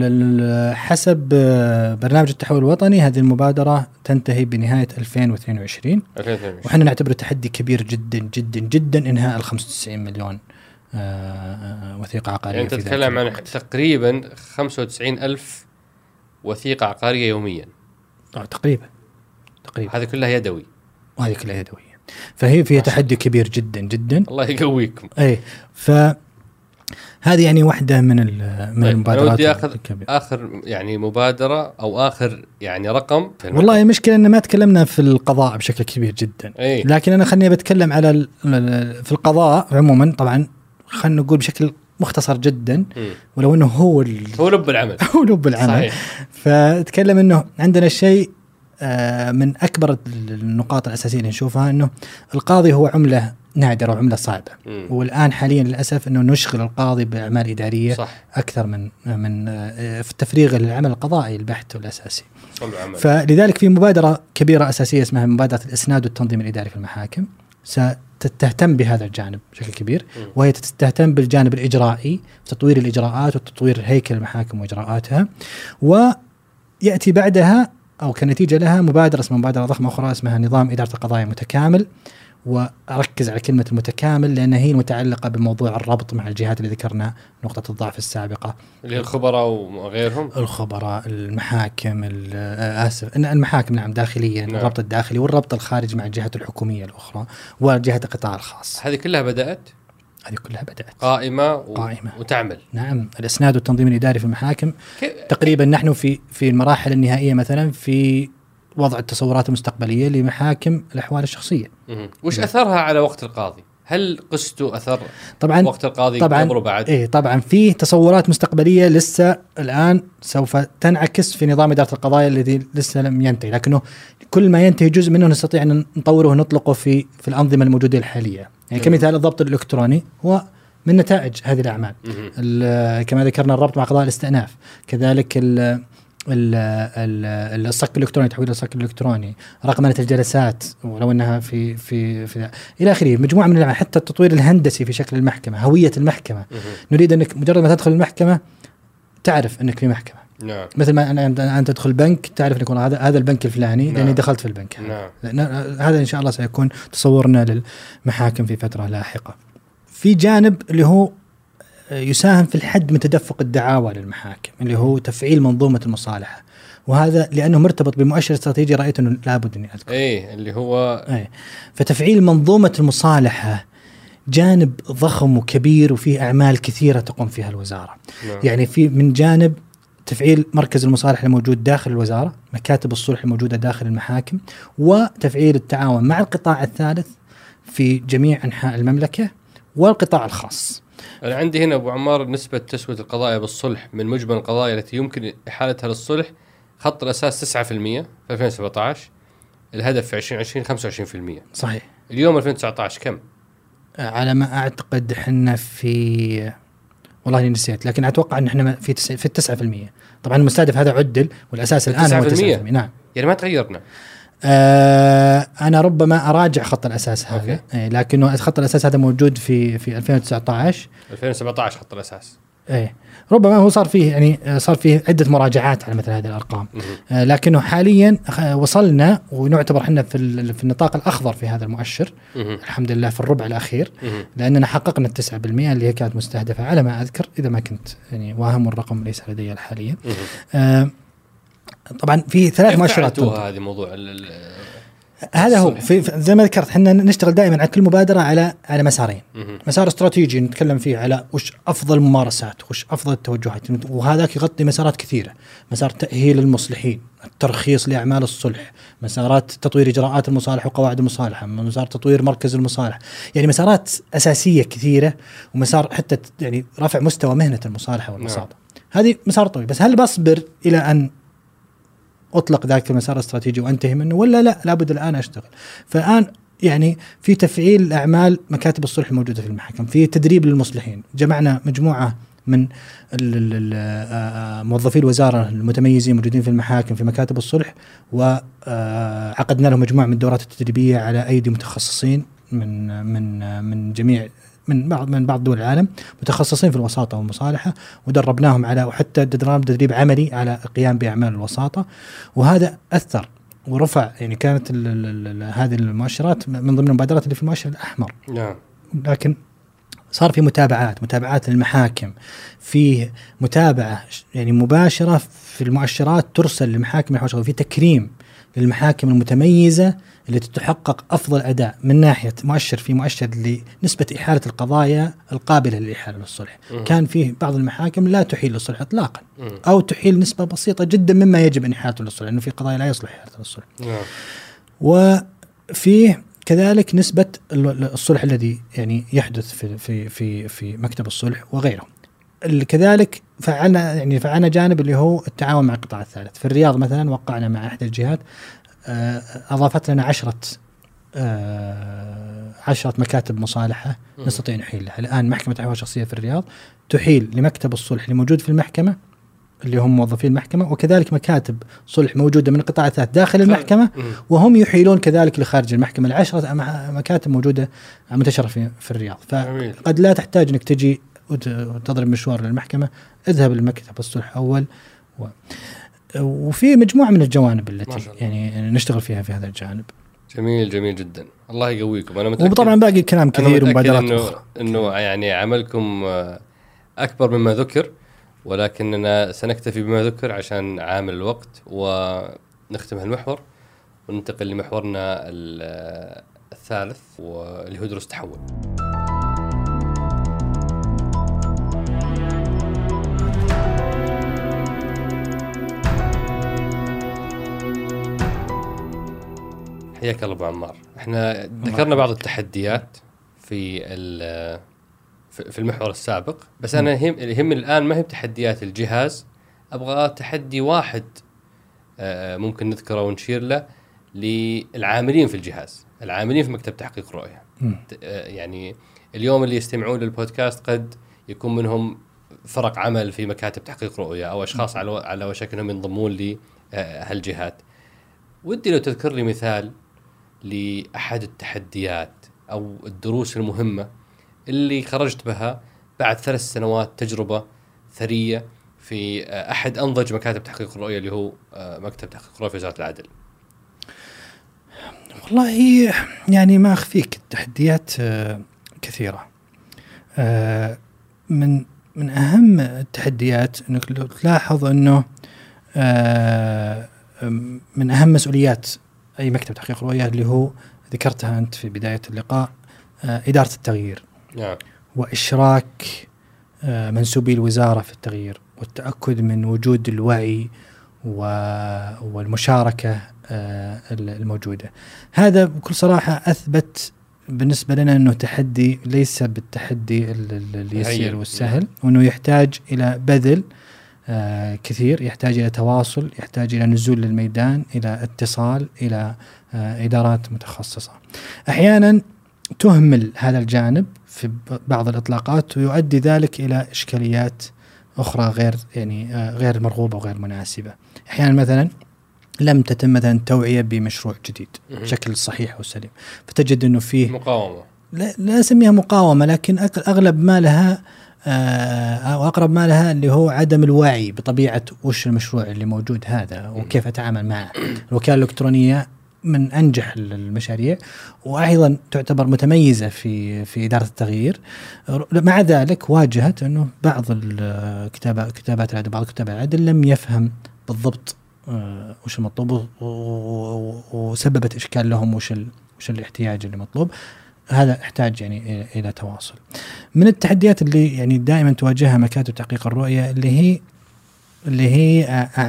حسب برنامج التحول الوطني هذه المبادرة تنتهي بنهاية 2022. وحنا نعتبره تحدي كبير جدا جدا جدا إنهاء 95 مليون وثيقة عقارية. يعني تتكلم عن تقريبا 95 ألف وثيقة عقارية يوميا. تقريبا. هذه كلها يدوي. وهذه كلها يدوية. فهي فيها تحدي كبير جدا جدا. الله يقويكم. أي. فهذه يعني واحدة من المبادرات. أنا ودي آخر يعني مبادرة أو آخر يعني رقم. والله المشكلة إن ما تكلمنا في القضاء بشكل كبير جدا. لكن أنا خلني بتكلم على في القضاء عموما. طبعا خلنا نقول بشكل مختصر جدا، ولو إنه هو لب العمل. هو لب العمل. فتكلم إنه عندنا شيء من أكبر النقاط الأساسية اللي نشوفها أنه القاضي هو عملة نادرة وعملة صعبة. والآن حاليا للأسف أنه نشغل القاضي بأعمال إدارية صح. أكثر من في التفريغ للعمل القضائي البحت والأساسي. فلذلك في مبادرة كبيرة أساسية اسمها مبادرة الإسناد والتنظيم الإداري في المحاكم ستهتم بهذا الجانب بشكل كبير، وهي تهتم بالجانب الإجرائي، تطوير الإجراءات وتطوير هيكل المحاكم وإجراءاتها. ويأتي بعدها أو كنتيجة لها مبادرة اسمها مبادرة ضخمة أخرى اسمها نظام إدارة القضايا متكامل. وأركز على كلمة المتكامل لأن هي متعلقة بموضوع الربط مع الجهات اللي ذكرنا نقطة الضعف السابقة اللي هي الخبراء وغيرهم، الخبراء، المحاكم، المحاكم نعم داخليا، نعم. الربط الداخلي والربط الخارجي مع الجهات الحكومية الأخرى وجهات القطاع الخاص. هذه كلها بدأت قائمة وتعمل. نعم. الإسناد والتنظيم الإداري في المحاكم تقريبا نحن في المراحل النهائية مثلا في وضع التصورات المستقبلية لمحاكم الأحوال الشخصية. وش أثرها على وقت القاضي؟ هل قستوا أثر طبعاً وقت القاضي قبل وبعد؟ طبعا في تصورات مستقبلية لسه الآن سوف تنعكس في نظام إدارة القضايا الذي لسه لم ينتهي، لكنه كل ما ينتهي جزء منه نستطيع أن نطوره ونطلقه في الأنظمة الموجودة الحالية. يعني كمثال الضبط الإلكتروني هو من نتائج هذه الأعمال. كما ذكرنا الربط مع قضاء الاستئناف، كذلك الصك الإلكتروني، تحويل الصك الإلكتروني، رقمنة الجلسات ولو أنها في إلى آخره، مجموعة من الأعمال. حتى التطوير الهندسي في شكل المحكمة، هوية المحكمة. نريد أنك مجرد ما تدخل المحكمة تعرف أنك في محكمة. نعم. مثل ما أنت تدخل بنك تعرف أنك هذا البنك الفلاني. نعم. لأني دخلت في البنك. نعم. هذا إن شاء الله سيكون تصورنا للمحاكم في فترة لاحقة. في جانب اللي هو يساهم في الحد من تدفق الدعاوى للمحاكم اللي هو تفعيل منظومة المصالحة، وهذا لأنه مرتبط بمؤشر استراتيجي رأيت أنه لابد أني أذكر. اللي هو فتفعيل منظومة المصالحة جانب ضخم وكبير وفيه أعمال كثيرة تقوم فيها الوزارة. يعني في من جانب تفعيل مركز المصالحة الموجود داخل الوزارة، مكاتب الصلح الموجودة داخل المحاكم، وتفعيل التعاون مع القطاع الثالث في جميع أنحاء المملكة والقطاع الخاص. أنا عندي هنا أبو عمار نسبة تسوية القضايا بالصلح من مجمل القضايا التي يمكن إحالتها للصلح خط الأساس 9% في 2017، الهدف في 2020 25%. صحيح. اليوم 2019 كم؟ على ما أعتقد إحنا في والله نسيت، لكن أتوقع إن إحنا في 9%. طبعا المستهدف هذا عدل والأساس الآن هو 9%. نعم. يعني ما تغيرنا. أنا ربما أراجع خط الأساس هذا. لكنه خط الأساس هذا موجود في 2017 خط الأساس. ربما هو صار فيه عدة مراجعات على مثل هذه الأرقام. لكنه حاليا وصلنا ونعتبر احنا في النطاق الأخضر في هذا المؤشر. الحمد لله في الربع الأخير، لأننا حققنا 9% اللي هي كانت مستهدفة على ما أذكر، إذا ما كنت واهم الرقم ليس لدي حاليا. طبعا في 3 مؤشرات. هذه موضوع هذا هو زي ما ذكرت احنا نشتغل دائما على كل مبادرة على مسارين. مسار استراتيجي نتكلم فيه على وش أفضل ممارسات، وش أفضل التوجهات، وهذاك يغطي مسارات كثيرة. مسار تأهيل المصلحين، الترخيص لأعمال الصلح، مسارات تطوير إجراءات المصالحة وقواعد المصالحة، مسار تطوير مركز المصالحة. يعني مسارات أساسية كثيرة، ومسار حتى يعني رفع مستوى مهنة المصالحة والمصادة. هذه مسار طويل. بس هل بصبر إلى أن أطلق ذاك المسار الاستراتيجي وأنتهي منه ولا لا؟ لابد الآن أشتغل. فالآن يعني في تفعيل أعمال مكاتب الصلح الموجودة في المحاكم، في تدريب للمصلحين. جمعنا مجموعة من موظفي الوزارة المتميزين موجودين في المحاكم في مكاتب الصلح، وعقدنا لهم مجموعة من الدورات التدريبية على أيدي متخصصين من جميع من بعض دول العالم، متخصصين في الوساطة والمصالحة، ودربناهم على وحتى تدريب عملي على القيام بأعمال الوساطة. وهذا أثر ورفع، يعني كانت هذه المؤشرات من ضمن المبادرات اللي في المؤشر الأحمر. نعم. لكن صار في متابعات للمحاكم، في متابعة يعني مباشرة في المؤشرات ترسل لمحاكم الحوشة، وفي تكريم للمحاكم المتميزة اللي تتحقق أفضل أداء من ناحية مؤشر لنسبة إحالة القضايا القابلة للإحالة للصلح. كان فيه بعض المحاكم لا تحيل للصلح إطلاقا، أو تحيل نسبة بسيطة جدا مما يجب أن إحالته للصلح، لأنه في قضايا لا يصلح إحالته للصلح. وفيه كذلك نسبة الصلح الذي يعني يحدث في مكتب الصلح وغيره. كذلك فعلنا جانب اللي هو التعاون مع القطاع الثالث. في الرياض مثلا وقعنا مع أحد الجهات أضافت لنا 10 مكاتب مصالحة نستطيع نحيل لها. الآن محكمة أحوال شخصية في الرياض تحيل لمكتب الصلح اللي موجود في المحكمة اللي هم موظفين المحكمة، وكذلك مكاتب صلح موجودة من القطاع الثالث داخل المحكمة وهم يحيلون كذلك لخارج المحكمة. 10 مكاتب موجودة منتشرة في الرياض، فقد لا تحتاج أنك تجي وتضرب مشوار للمحكمة، اذهب لمكتب الصلح أول. وفي مجموعة من الجوانب التي يعني نشتغل فيها في هذا الجانب. جميل جميل جدا، الله يقويكم. أنا متأكد، وطبعا باقي كلام كثير ومبادرات أخرى إنه يعني عملكم أكبر مما ذكر، ولكننا سنكتفي بما ذكر عشان عامل الوقت، ونختم هالمحور وننتقل لمحورنا الثالث واللي هو دروس تحول. حياك الله أبو عمار. احنا ذكرنا بعض التحديات في المحور السابق، بس أنا يهمني الآن ما هي تحديات الجهاز، أبغى تحدي واحد ممكن نذكره ونشير له للعاملين في الجهاز، العاملين في مكتب تحقيق الرؤية. يعني اليوم اللي يستمعون للبودكاست قد يكون منهم فرق عمل في مكاتب تحقيق رؤية أو أشخاص على وشك أنهم ينضمون لهالجهات. ودي لو تذكر لي مثال لأحد التحديات أو الدروس المهمة اللي خرجت بها بعد 3 سنوات تجربة ثرية في أحد أنضج مكاتب تحقيق الرؤية اللي هو مكتب تحقيق الرؤية في وزارة العدل. والله يعني ما أخفيك التحديات كثيرة. من أهم التحديات أنك لو تلاحظ أنه من أهم مسؤوليات أي مكتب تحقيق الرؤية اللي هو ذكرتها أنت في بداية اللقاء، إدارة التغيير وإشراك منسوبي الوزارة في التغيير، والتأكد من وجود الوعي والمشاركة الموجودة. هذا بكل صراحة أثبت بالنسبة لنا أنه تحدي ليس بالتحدي اليسير والسهل، وأنه يحتاج إلى بذل كثير، يحتاج إلى تواصل، يحتاج إلى نزول للميدان، إلى اتصال، إلى إدارات متخصصة. أحيانا تهمل هذا الجانب في بعض الإطلاقات، ويؤدي ذلك إلى إشكاليات أخرى غير مرغوبة وغير مناسبة. أحيانا مثلا لم تتم مثلا توعية بمشروع جديد بشكل صحيح وسليم، فتجد أنه فيه مقاومة، لا أسميها مقاومة، لكن أغلب ما لها أو أقرب ما لها اللي هو عدم الوعي بطبيعة وش المشروع اللي موجود هذا وكيف أتعامل معه. الوكالة الإلكترونية من أنجح المشاريع، وأيضا تعتبر متميزة في إدارة التغيير. مع ذلك واجهت أنه بعض كتابات العدل، بعض كتاب العدل لم يفهم بالضبط وش المطلوب، وسببت إشكال لهم وش الاحتياج اللي مطلوب. هذا يحتاج يعني إلى تواصل. من التحديات اللي يعني دائما تواجهها مكاتب تحقيق الرؤية اللي هي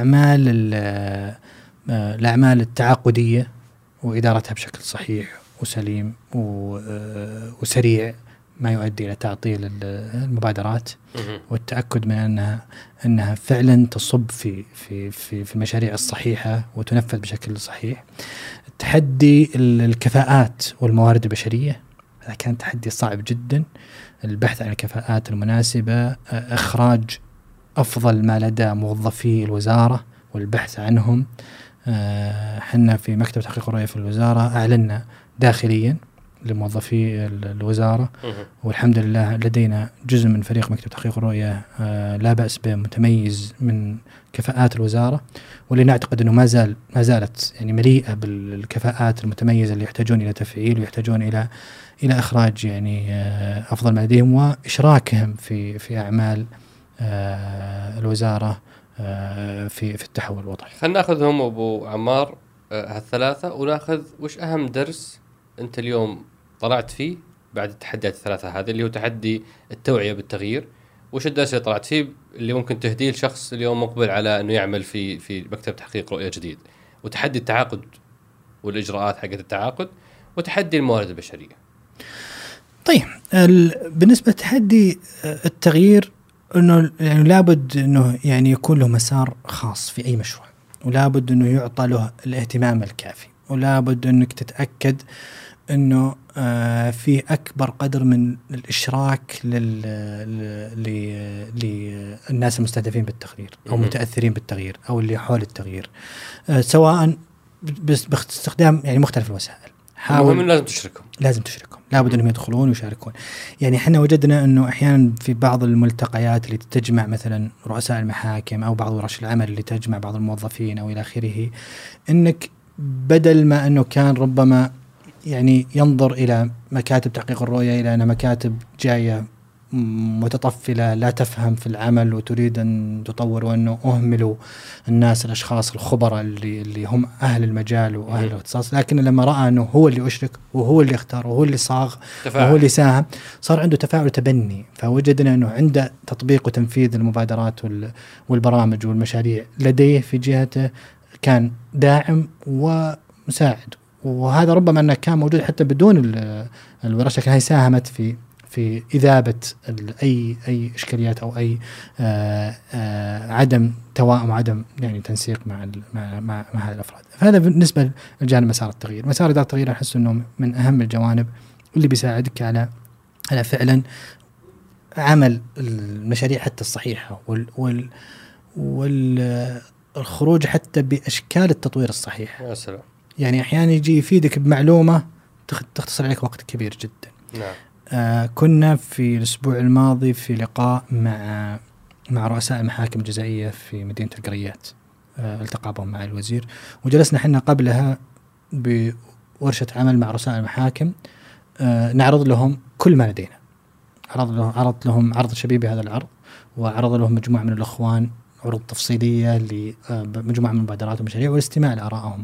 الأعمال التعاقدية وإدارتها بشكل صحيح وسليم وسريع، ما يؤدي إلى تعطيل المبادرات، والتأكد من أنها فعلا تصب في المشاريع الصحيحة وتنفذ بشكل صحيح. تحدي الكفاءات والموارد البشرية، هذا كان تحدي صعب جدا. البحث عن الكفاءات المناسبة، إخراج أفضل ما لدى موظفي الوزارة والبحث عنهم. حنا في مكتب تحقيق الرؤية في الوزارة أعلنا داخليا لموظفي الوزارة، والحمد لله لدينا جزء من فريق مكتب تحقيق الرؤية لا بأس به، متميز من كفاءات الوزارة، واللي نعتقد أنه ما زالت يعني مليئة بالكفاءات المتميزة اللي يحتاجون إلى تفعيل، ويحتاجون إلى إخراج يعني أفضل ما لديهم، وإشراكهم في أعمال الوزارة في التحول الوطني. خلنا ناخذهم أبو عمار هالثلاثة، وناخذ وش أهم درس أنت اليوم طلعت فيه بعد التحديات الثلاثة هذه، اللي هو تحدي التوعية بالتغيير. وش الدرس اللي طلعت فيه اللي ممكن تهديه لشخص اليوم مقبل على أنه يعمل في مكتب تحقيق رؤية جديد؟ وتحدي التعاقد والإجراءات حقت التعاقد، وتحدي الموارد البشرية. طيب بالنسبة لتحدي التغيير، انه يعني لابد انه يعني يكون له مسار خاص في اي مشروع. ولا بد أنه يعطى له الاهتمام الكافي، ولا بد أنك تتأكد أنه في أكبر قدر من الإشراك للناس المستهدفين بالتغيير أو متأثرين بالتغيير أو اللي حول التغيير، سواء باستخدام يعني مختلف الوسائل. المهم لازم تشركهم، لابد أنهم يدخلون ويشاركون. يعني احنا وجدنا أنه أحيانا في بعض الملتقيات اللي تجمع مثلا رؤساء المحاكم أو بعض ورش العمل اللي تجمع بعض الموظفين أو إلى آخره، أنك بدل ما أنه كان ربما يعني ينظر إلى مكاتب تحقيق الرؤية إلى أن مكاتب جاية متطفلة لا تفهم في العمل وتريد أن تطور، وأنه أهملوا الناس الأشخاص الخبراء اللي هم أهل المجال وأهل الاختصاص، لكن لما رأى أنه هو اللي أشرك وهو اللي اختار وهو اللي صاغ وهو اللي ساهم، صار عنده تفاعل وتبني. فوجدنا أنه عنده تطبيق وتنفيذ المبادرات والبرامج والمشاريع لديه في جهته كان داعم ومساعد، وهذا ربما أنه كان موجود حتى بدون الورشة، لكن هي ساهمت في إذابة أي إشكاليات أو أي عدم توائم وعدم يعني تنسيق مع هذه الأفراد. فهذا بالنسبة لجانب مسار التغيير. مسار إدارة التغيير أحس أنه من أهم الجوانب اللي بيساعدك على فعلا عمل المشاريع حتى الصحيحة والخروج حتى بأشكال التطوير الصحيح. يا سلام. يعني أحيانا يجي يفيدك بمعلومة تختصر عليك وقت كبير جدا. نعم. كنا في الأسبوع الماضي في لقاء مع رؤساء المحاكم الجزائية في مدينة القريات، التقى بهم مع الوزير، وجلسنا حنا قبلها بورشة عمل مع رؤساء المحاكم، نعرض لهم كل ما لدينا. عرض لهم عرض شبيبي هذا العرض، وعرض لهم مجموعة من الأخوان عروض تفصيلية لمجموعة من المبادرات والمشاريع والاستماع لآرائهم.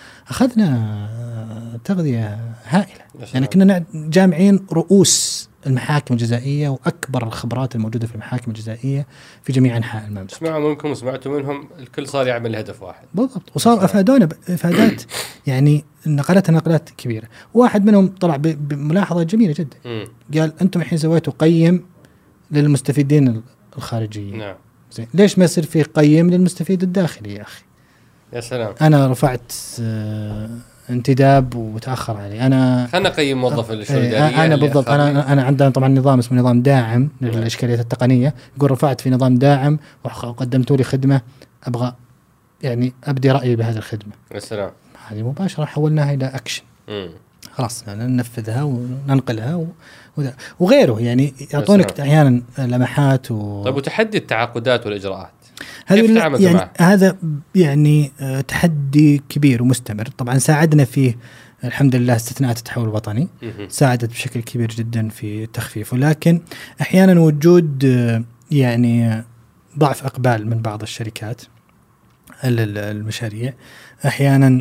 أخذنا تغذية هائلة، يعني كنا جامعين رؤوس المحاكم الجزائية وأكبر الخبرات الموجودة في المحاكم الجزائية في جميع أنحاء المملكة. سمعوا منكم وسمعتوا منهم، الكل صار يعمل لهدف واحد بالضبط، وصار أفادونا إفادات يعني نقلات كبيرة. واحد منهم طلع بملاحظة جميلة جدا، قال أنتم الحين سويتوا قيم للمستفيدين الخارجيين. نعم. ليش ما يصير في قيم للمستفيد الداخلي يا أخي؟ يا سلام. أنا رفعت انتداب وتأخر علي، أنا خلنا نقيم موظف الشؤون الإدارية. أنا بالضبط، أنا عندنا طبعا نظام اسمه نظام داعم للإشكاليات التقنية، يقول رفعت في نظام داعم وقدمتوا لي خدمة، أبغى يعني أبدي رأيي بهذه الخدمة. يا سلام. هذه مباشرة حولناها إلى أكشن. خلاص ننفذها وننقلها وغيره، يعني يعطونك أحيانا لمحات طيب، وتحدي التعاقدات والإجراءات هذا يعني تحدي كبير ومستمر. طبعا ساعدنا فيه الحمد لله استثناءات التحول الوطني، ساعدت بشكل كبير جدا في تخفيفه، لكن أحيانا وجود يعني ضعف إقبال من بعض الشركات المشاريع، أحيانا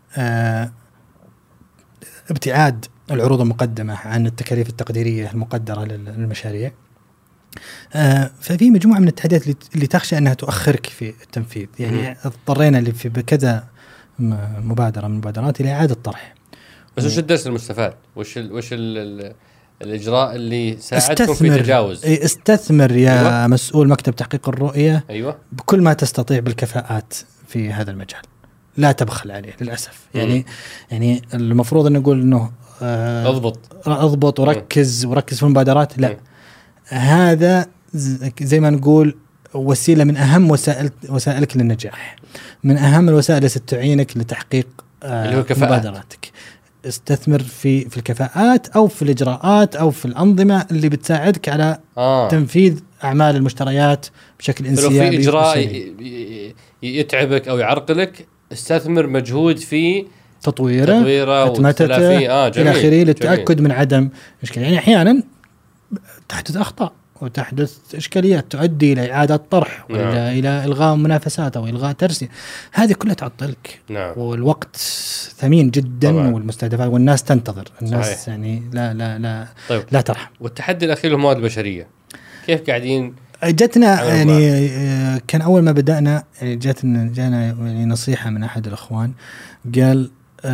ابتعاد العروض المقدمة عن التكاليف التقديرية المقدرة للمشاريع. ففي مجموعة من التحديات اللي تخشى أنها تؤخرك في التنفيذ. يعني اضطرينا في بكذا مبادرة من المبادرات إلى إعادة طرح. بس وش الدرس المستفاد؟ وش الإجراء اللي ساعدكم في تجاوز؟ استثمر يا أيوة. مسؤول مكتب تحقيق الرؤية، أيوة. بكل ما تستطيع بالكفاءات في هذا المجال، لا تبخل عليه للأسف. يعني المفروض أن نقول أنه اضبط وركز في المبادرات، لا. هذا زي ما نقول وسيلة من أهم وسائلك للنجاح، من أهم الوسائل اللي ستعينك لتحقيق مبادراتك. استثمر في الكفاءات أو في الإجراءات أو في الأنظمة اللي بتساعدك على تنفيذ أعمال المشتريات بشكل انسيابي. لو في إجراء يتعبك أو يعرقلك، استثمر مجهود في تطويره وتلافيه إلى آخره للتأكد من عدم إشكال. يعني أحيانا تحدث أخطاء وتحدث إشكاليات تؤدي إلى إعادة طرح وإلى إلى إلغاء منافسات أو إلغاء ترسية، هذه كلها تعطلك. والوقت ثمين جدا طبعا. والمستهدفات والناس تنتظر، الناس صحيح. يعني لا ترحم. والتحدي الأخير هو المواد البشرية، كيف قاعدين؟ جتنا يعني كان أول ما بدأنا يعني جانا يعني نصيحة من أحد الأخوان، قال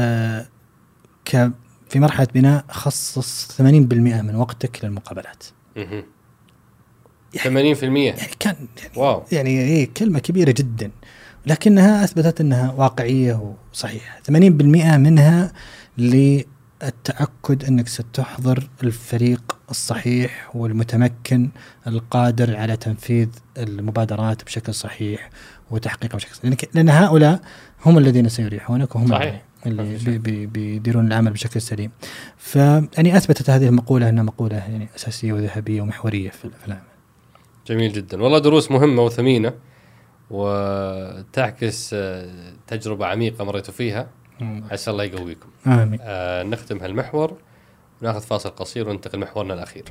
في مرحلة بناء خصص 80% من وقتك للمقابلات. 80% يعني كان واو. يعني كلمة كبيرة جدا، لكنها أثبتت أنها واقعية وصحيحة. 80% منها للتأكد أنك ستحضر الفريق الصحيح والمتمكن القادر على تنفيذ المبادرات بشكل صحيح وتحقيقها بشكل صحيح، لأن هؤلاء هم الذين سيريحونك وهم صحيح. اللي بيديرون العمل بشكل سليم. فيعني أثبتت هذه المقولة أنها مقولة يعني أساسية وذهبية ومحورية في العمل. جميل جدا، والله دروس مهمة وثمينة وتعكس تجربة عميقة مريتوا فيها. عسى الله يقويكم. آمين. نختم هالمحور وناخذ فاصل قصير وننتقل محورنا الأخير.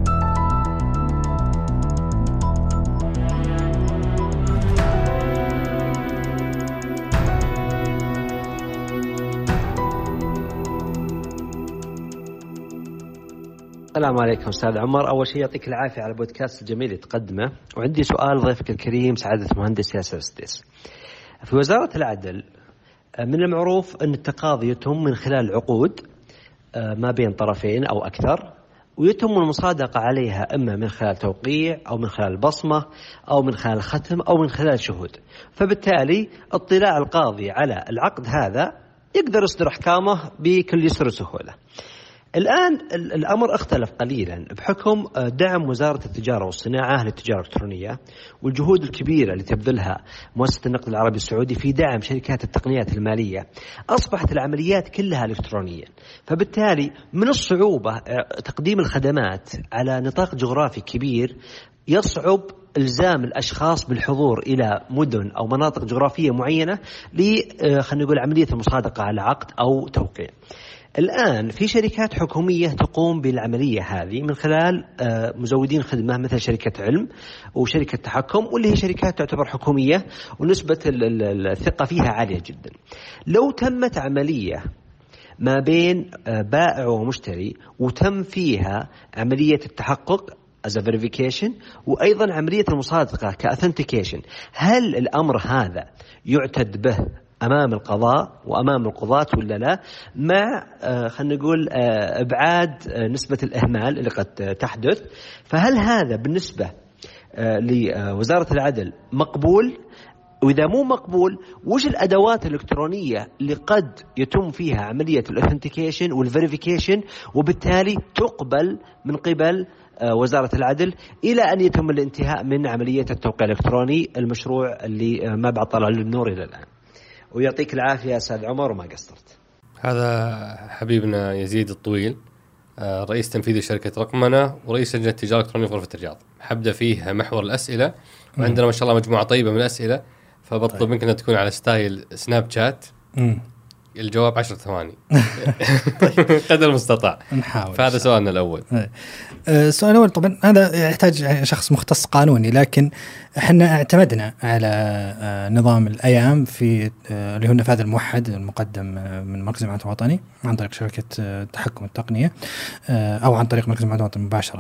السلام عليكم أستاذ عمر. أول شيء يعطيك العافية على البودكاست الجميل اللي تقدمه، وعندي سؤال ضيفك الكريم سعادة المهندس ياسر السديس. في وزارة العدل من المعروف أن التقاضي يتم من خلال عقود ما بين طرفين أو أكثر، ويتم المصادقة عليها إما من خلال توقيع أو من خلال بصمة أو من خلال ختم أو من خلال شهود. فبالتالي اطلاع القاضي على العقد هذا يقدر يصدر أحكامه بكل يسر وسهولة. الآن الأمر اختلف قليلا بحكم دعم وزارة التجارة والصناعة للتجارة الإلكترونية والجهود الكبيرة اللي تبذلها مؤسسة النقد العربي السعودي في دعم شركات التقنيات المالية. أصبحت العمليات كلها إلكترونيا، فبالتالي من الصعوبة تقديم الخدمات على نطاق جغرافي كبير، يصعب إلزام الأشخاص بالحضور إلى مدن أو مناطق جغرافية معينة خلينا نقول عملية المصادقة على عقد أو توقيع. الآن في شركات حكومية تقوم بالعملية هذه من خلال مزودين خدمة مثل شركة علم وشركة تحكم، واللي هي شركات تعتبر حكومية ونسبة الثقة فيها عالية جدا. لو تمت عملية ما بين بائع ومشتري وتم فيها عملية التحقق as a verification وأيضا عملية المصادقة كauthentication، هل الأمر هذا يعتد به أمام القضاء وأمام القضاة ولا لا، مع خلينا نقول إبعاد نسبة الإهمال اللي قد تحدث؟ فهل هذا بالنسبة لوزارة العدل مقبول؟ وإذا مو مقبول، وش الأدوات الإلكترونية اللي قد يتم فيها عملية الأوثنتيكيشن والفيريفيكيشن وبالتالي تقبل من قبل وزارة العدل إلى أن يتم الانتهاء من عملية التوقيع الإلكتروني، المشروع اللي ما بعد طلع للنور إلى الآن؟ ويعطيك العافية يا أستاذ عمر وما قصرت. هذا حبيبنا يزيد الطويل، رئيس تنفيذي شركة رقمنة ورئيس لجنة التجارة الإلكترونية في غرفة الرياض. حبدأ فيه محور الأسئلة، وعندنا ما شاء الله مجموعة طيبة من الأسئلة، فبطلب منك أن تكون على ستايل سناب شات. الجواب 10 ثواني قدر المستطاع. نحاول. فهذا سؤالنا الأول. السؤال الأول طبعا هذا يحتاج شخص مختص قانوني، لكن احنا اعتمدنا على نظام الأيام في اللي هو النفاذ الموحد المقدم من مركز المعلومات الوطني عن طريق شركة التحكم التقنية أو عن طريق مركز المعلومات الوطني مباشرة.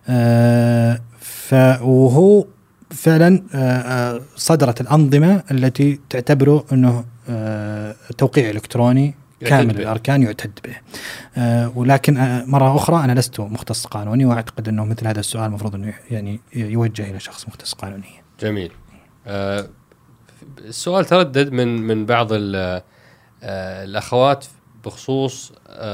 وهو فعلا صدرت الأنظمة التي تعتبره أنه توقيع إلكتروني كامل الأركان يعتد به. ولكن مرة أخرى أنا لست مختص قانوني، وأعتقد أنه مثل هذا السؤال مفروض أنه يعني يوجه إلى شخص مختص قانوني. جميل. السؤال تردد من بعض الأخوات بخصوص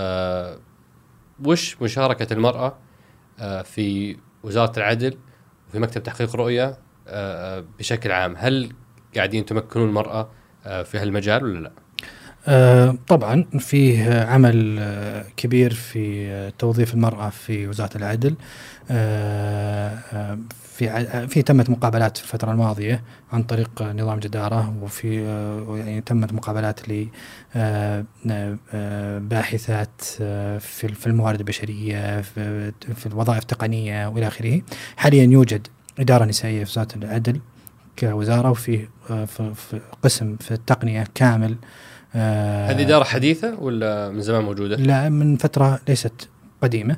وش مشاركة المرأة في وزارة العدل وفي مكتب تحقيق رؤية بشكل عام. هل قاعدين تمكنون المرأة في هالمجال ولا لا؟ طبعا فيه عمل كبير في توظيف المرأة في وزارة العدل. في تمت مقابلات في الفترة الماضية عن طريق نظام جدارة، وفي يعني تمت مقابلات لباحثات في الموارد البشرية في الوظائف التقنية وإلى آخره. حاليا يوجد إدارة نسائية في وزارة العدل كوزارة، وفي في قسم في التقنية كامل. هذه إدارة حديثة ولا من زمان موجودة؟ لا، من فترة ليست قديمة.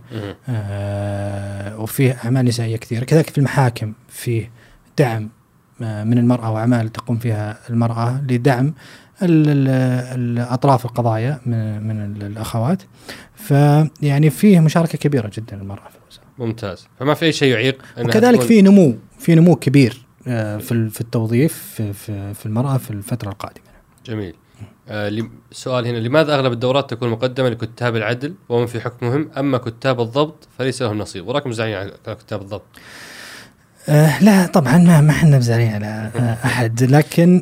وفيه أعمال نسائية كثيرة. كذلك في المحاكم فيه دعم من المرأة وأعمال تقوم فيها المرأة لدعم الأطراف القضايا من الأخوات. فيعني فيه مشاركة كبيرة جدا للمرأة في الوزارة. ممتاز. فما في أي شيء يعيق. وكذلك في نمو كبير في التوظيف في المرأة في الفترة القادمة. جميل. سؤال هنا: لماذا أغلب الدورات تكون مقدمة لكتاب العدل وهم في حكمهم، أما كتاب الضبط فليس لهم نصيب؟ وراكم زعلانين على كتاب الضبط؟ لا طبعا ما احنا بزعلانين على أحد، لكن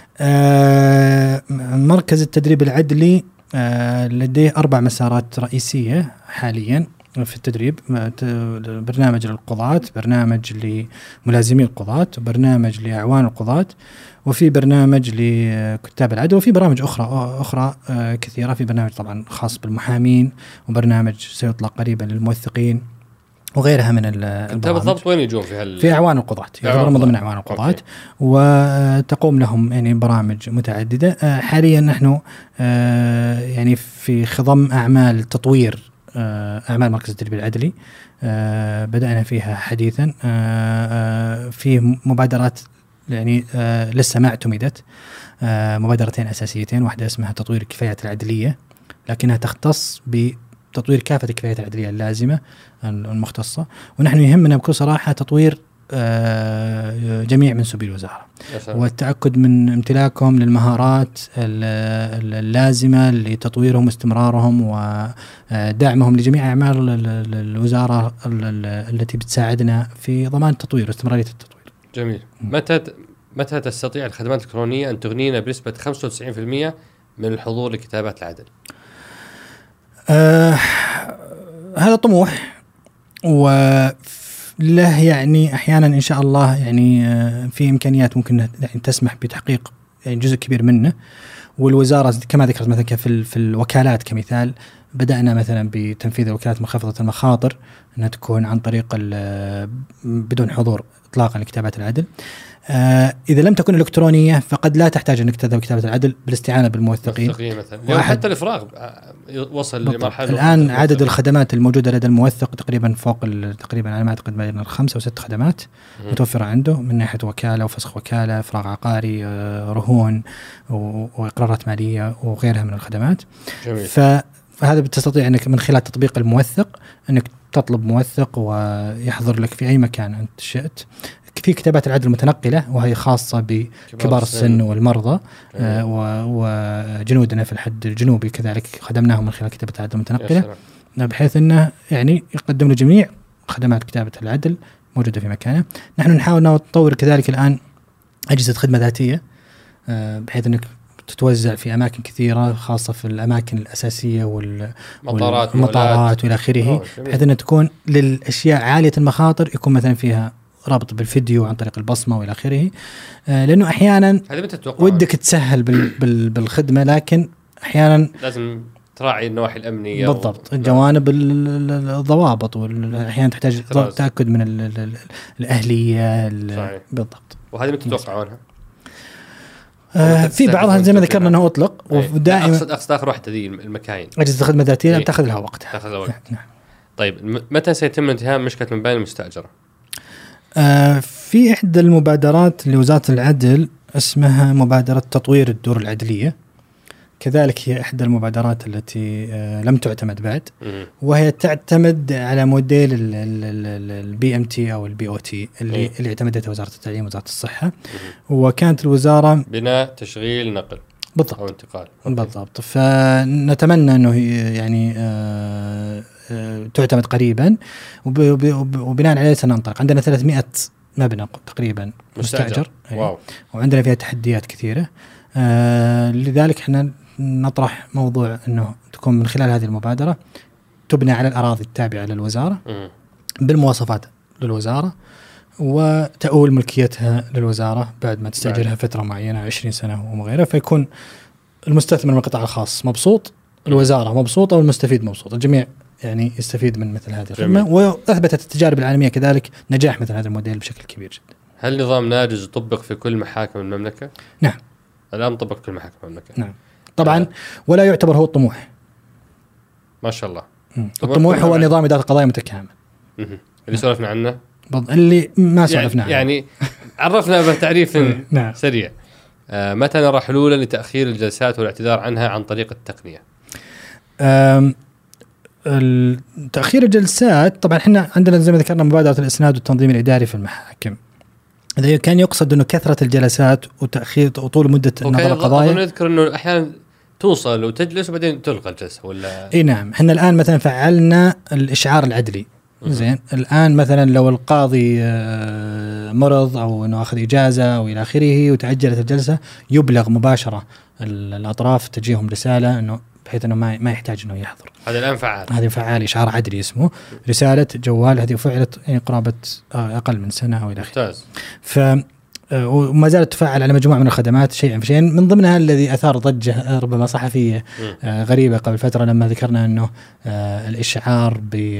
مركز التدريب العدلي لديه 4 مسارات رئيسية حاليا في التدريب: برنامج للقضاة، برنامج لملازمي القضاة، وبرنامج لأعوان القضاة، وفي برنامج لكتاب العدل، وفي برامج أخرى كثيرة. في برنامج طبعا خاص بالمحامين، وبرنامج سيطلق قريبا للموثقين، وغيرها من البرامج. كتاب الضبط وين يجون في أعوان القضاة، يعتبر من ضمن أعوان القضاة، وتقوم لهم يعني برامج متعددة. حاليا نحن يعني في خضم أعمال تطوير أعمال مركز التدريب العدلي، بدأنا فيها حديثا. في مبادرات يعني لسه ما اعتمدت، مبادرتين أساسيتين: واحدة اسمها تطوير الكفايات العدلية، لكنها تختص بتطوير كافة الكفايات العدلية اللازمة المختصة، ونحن يهمنا بكل صراحة تطوير جميع منسوبي الوزارة، والتأكد من امتلاكهم للمهارات اللازمة لتطويرهم واستمرارهم ودعمهم لجميع أعمال الوزارة التي بتساعدنا في ضمان التطوير واستمرارية التطوير. جميل. متى تستطيع الخدمات الإلكترونية أن تغنينا بنسبة 95% من الحضور لكتابات العدل؟ هذا طموح، وله يعني أحيانا إن شاء الله يعني في إمكانيات ممكن يعني تسمح بتحقيق يعني جزء كبير منه. والوزارة كما ذكرت مثلا في الوكالات كمثال، بدأنا مثلا بتنفيذ الوكالات منخفضة المخاطر أنها تكون عن طريق بدون حضور إطلاقا لكتابات العدل. إذا لم تكن إلكترونية فقد لا تحتاج أنك تذهب كتابة العدل بالاستعانة بالموثقين مثلا، حتى الإفراغ وصل لمرحلة. الآن عدد الخدمات الموجودة لدى الموثق تقريبا فوق تقريبا على ما أعتقد بين 5 أو 6 خدمات متوفرة عنده، من ناحية وكالة وفسخ وكالة، إفراغ عقاري، رهون وإقرارات مالية وغيرها من الخدمات. جميل. فهذا بتستطيع أنك من خلال تطبيق الموثق أنك تطلب موثق ويحضر لك في أي مكان أنت شئت. في كتابات العدل المتنقلة وهي خاصة بكبار السن والمرضى وجنودنا في الحد الجنوبي، كذلك خدمناهم من خلال كتابة العدل المتنقلة، بحيث أنه يعني يقدم لجميع خدمات كتابة العدل موجودة في مكانه. نحن نحاول نطور كذلك الآن أجهزة خدمة ذاتية، بحيث أنك تتوزع في أماكن كثيرة، خاصة في الأماكن الأساسية والمطارات وإلى آخره، بحيث أنها تكون للأشياء عالية المخاطر يكون مثلا فيها رابط بالفيديو عن طريق البصمة وإلى آخره. لأنه أحيانا ودك تسهل بالخدمة، لكن أحيانا لازم تراعي النواحي الأمنية بالضبط، الجوانب الضوابط، وأحيانا تحتاج تأكد من الأهلية بالضبط. وهذه متى تتوقعونها؟ في بعضها زي ما ذكرنا أنه أطلق، ودائما أقصد آخر واحدة ذي المكاين أجهزة الخدمة الذاتية تأخذ لها وقت. نعم. طيب متى سيتم انتهاء مشكلة المباني المستأجرة؟ في إحدى المبادرات لوزارة العدل اسمها مبادرة تطوير الدور العدلية، كذلك هي إحدى المبادرات التي لم تعتمد بعد، وهي تعتمد على موديل الBMT أو الBOT اللي اعتمدته وزارة التعليم ووزارة الصحة، وكانت الوزارة بناء تشغيل نقل بالضبط أو انتقال. بالضبط. فنتمنى أنه يعني تعتمد قريبا، وبناء عليه سننطلق. عندنا 300 مبنى تقريبا مستأجر، وعندنا فيها تحديات كثيرة، لذلك احنا نطرح موضوع أنه تكون من خلال هذه المبادرة تبنى على الأراضي التابعة للوزارة بالمواصفات للوزارة، وتؤول ملكيتها للوزارة بعد ما تستأجرها فترة معينة 20 سنة وغيرها، فيكون المستثمر من القطاع الخاص مبسوط، الوزارة مبسوطة، والمستفيد مبسوط، الجميع يعني يستفيد من مثل هذه الخدمة. وأثبتت التجارب العالمية كذلك نجاح مثل هذا الموديل بشكل كبير جدا. هل نظام ناجز يطبق في كل محاكم المملكة؟ نعم، الآن طبق كل محاكم المملكة. نعم طبعا، ولا يعتبر هو الطموح. ما شاء الله. الطموح هو نظام إدارة القضايا متكامل اللي سولفنا عنه، اللي ما سولفنا عنه يعني عرفنا بتعريف سريع. متى نرى حلولا لتأخير الجلسات والاعتذار عنها عن طريق التقنية؟ تأخير الجلسات طبعا احنا عندنا زي ما ذكرنا مبادرة الإسناد والتنظيم الإداري في المحاكم، إذا كان يقصد أنه كثرة الجلسات وتأخير وطول مدة النظر القضايا. نذكر أنه أحيانا توصل وتجلس وبعدين تلغى الجلسة ولا. إيه نعم، إحنا الآن مثلا فعلنا الإشعار العدلي. زين، الآن مثلا لو القاضي مرض أو أنه أخذ إجازة أو إلى آخره وتعجلت الجلسة، يبلغ مباشرة الأطراف، تجيهم رسالة أنه بحيث أنه ما يحتاج أنه يحضر. هذا الآن فعال. هذه فعال، إشعار عدلي اسمه، رسالة جوال. هذه فعلت يعني قرابة أقل من سنة أو إلى آخره. ممتاز. وما زالت تفعل على مجموعة من الخدمات شيئا فشيئا، من ضمنها الذي أثار ضجة ربما صحفية غريبة قبل فترة لما ذكرنا أنه الإشعار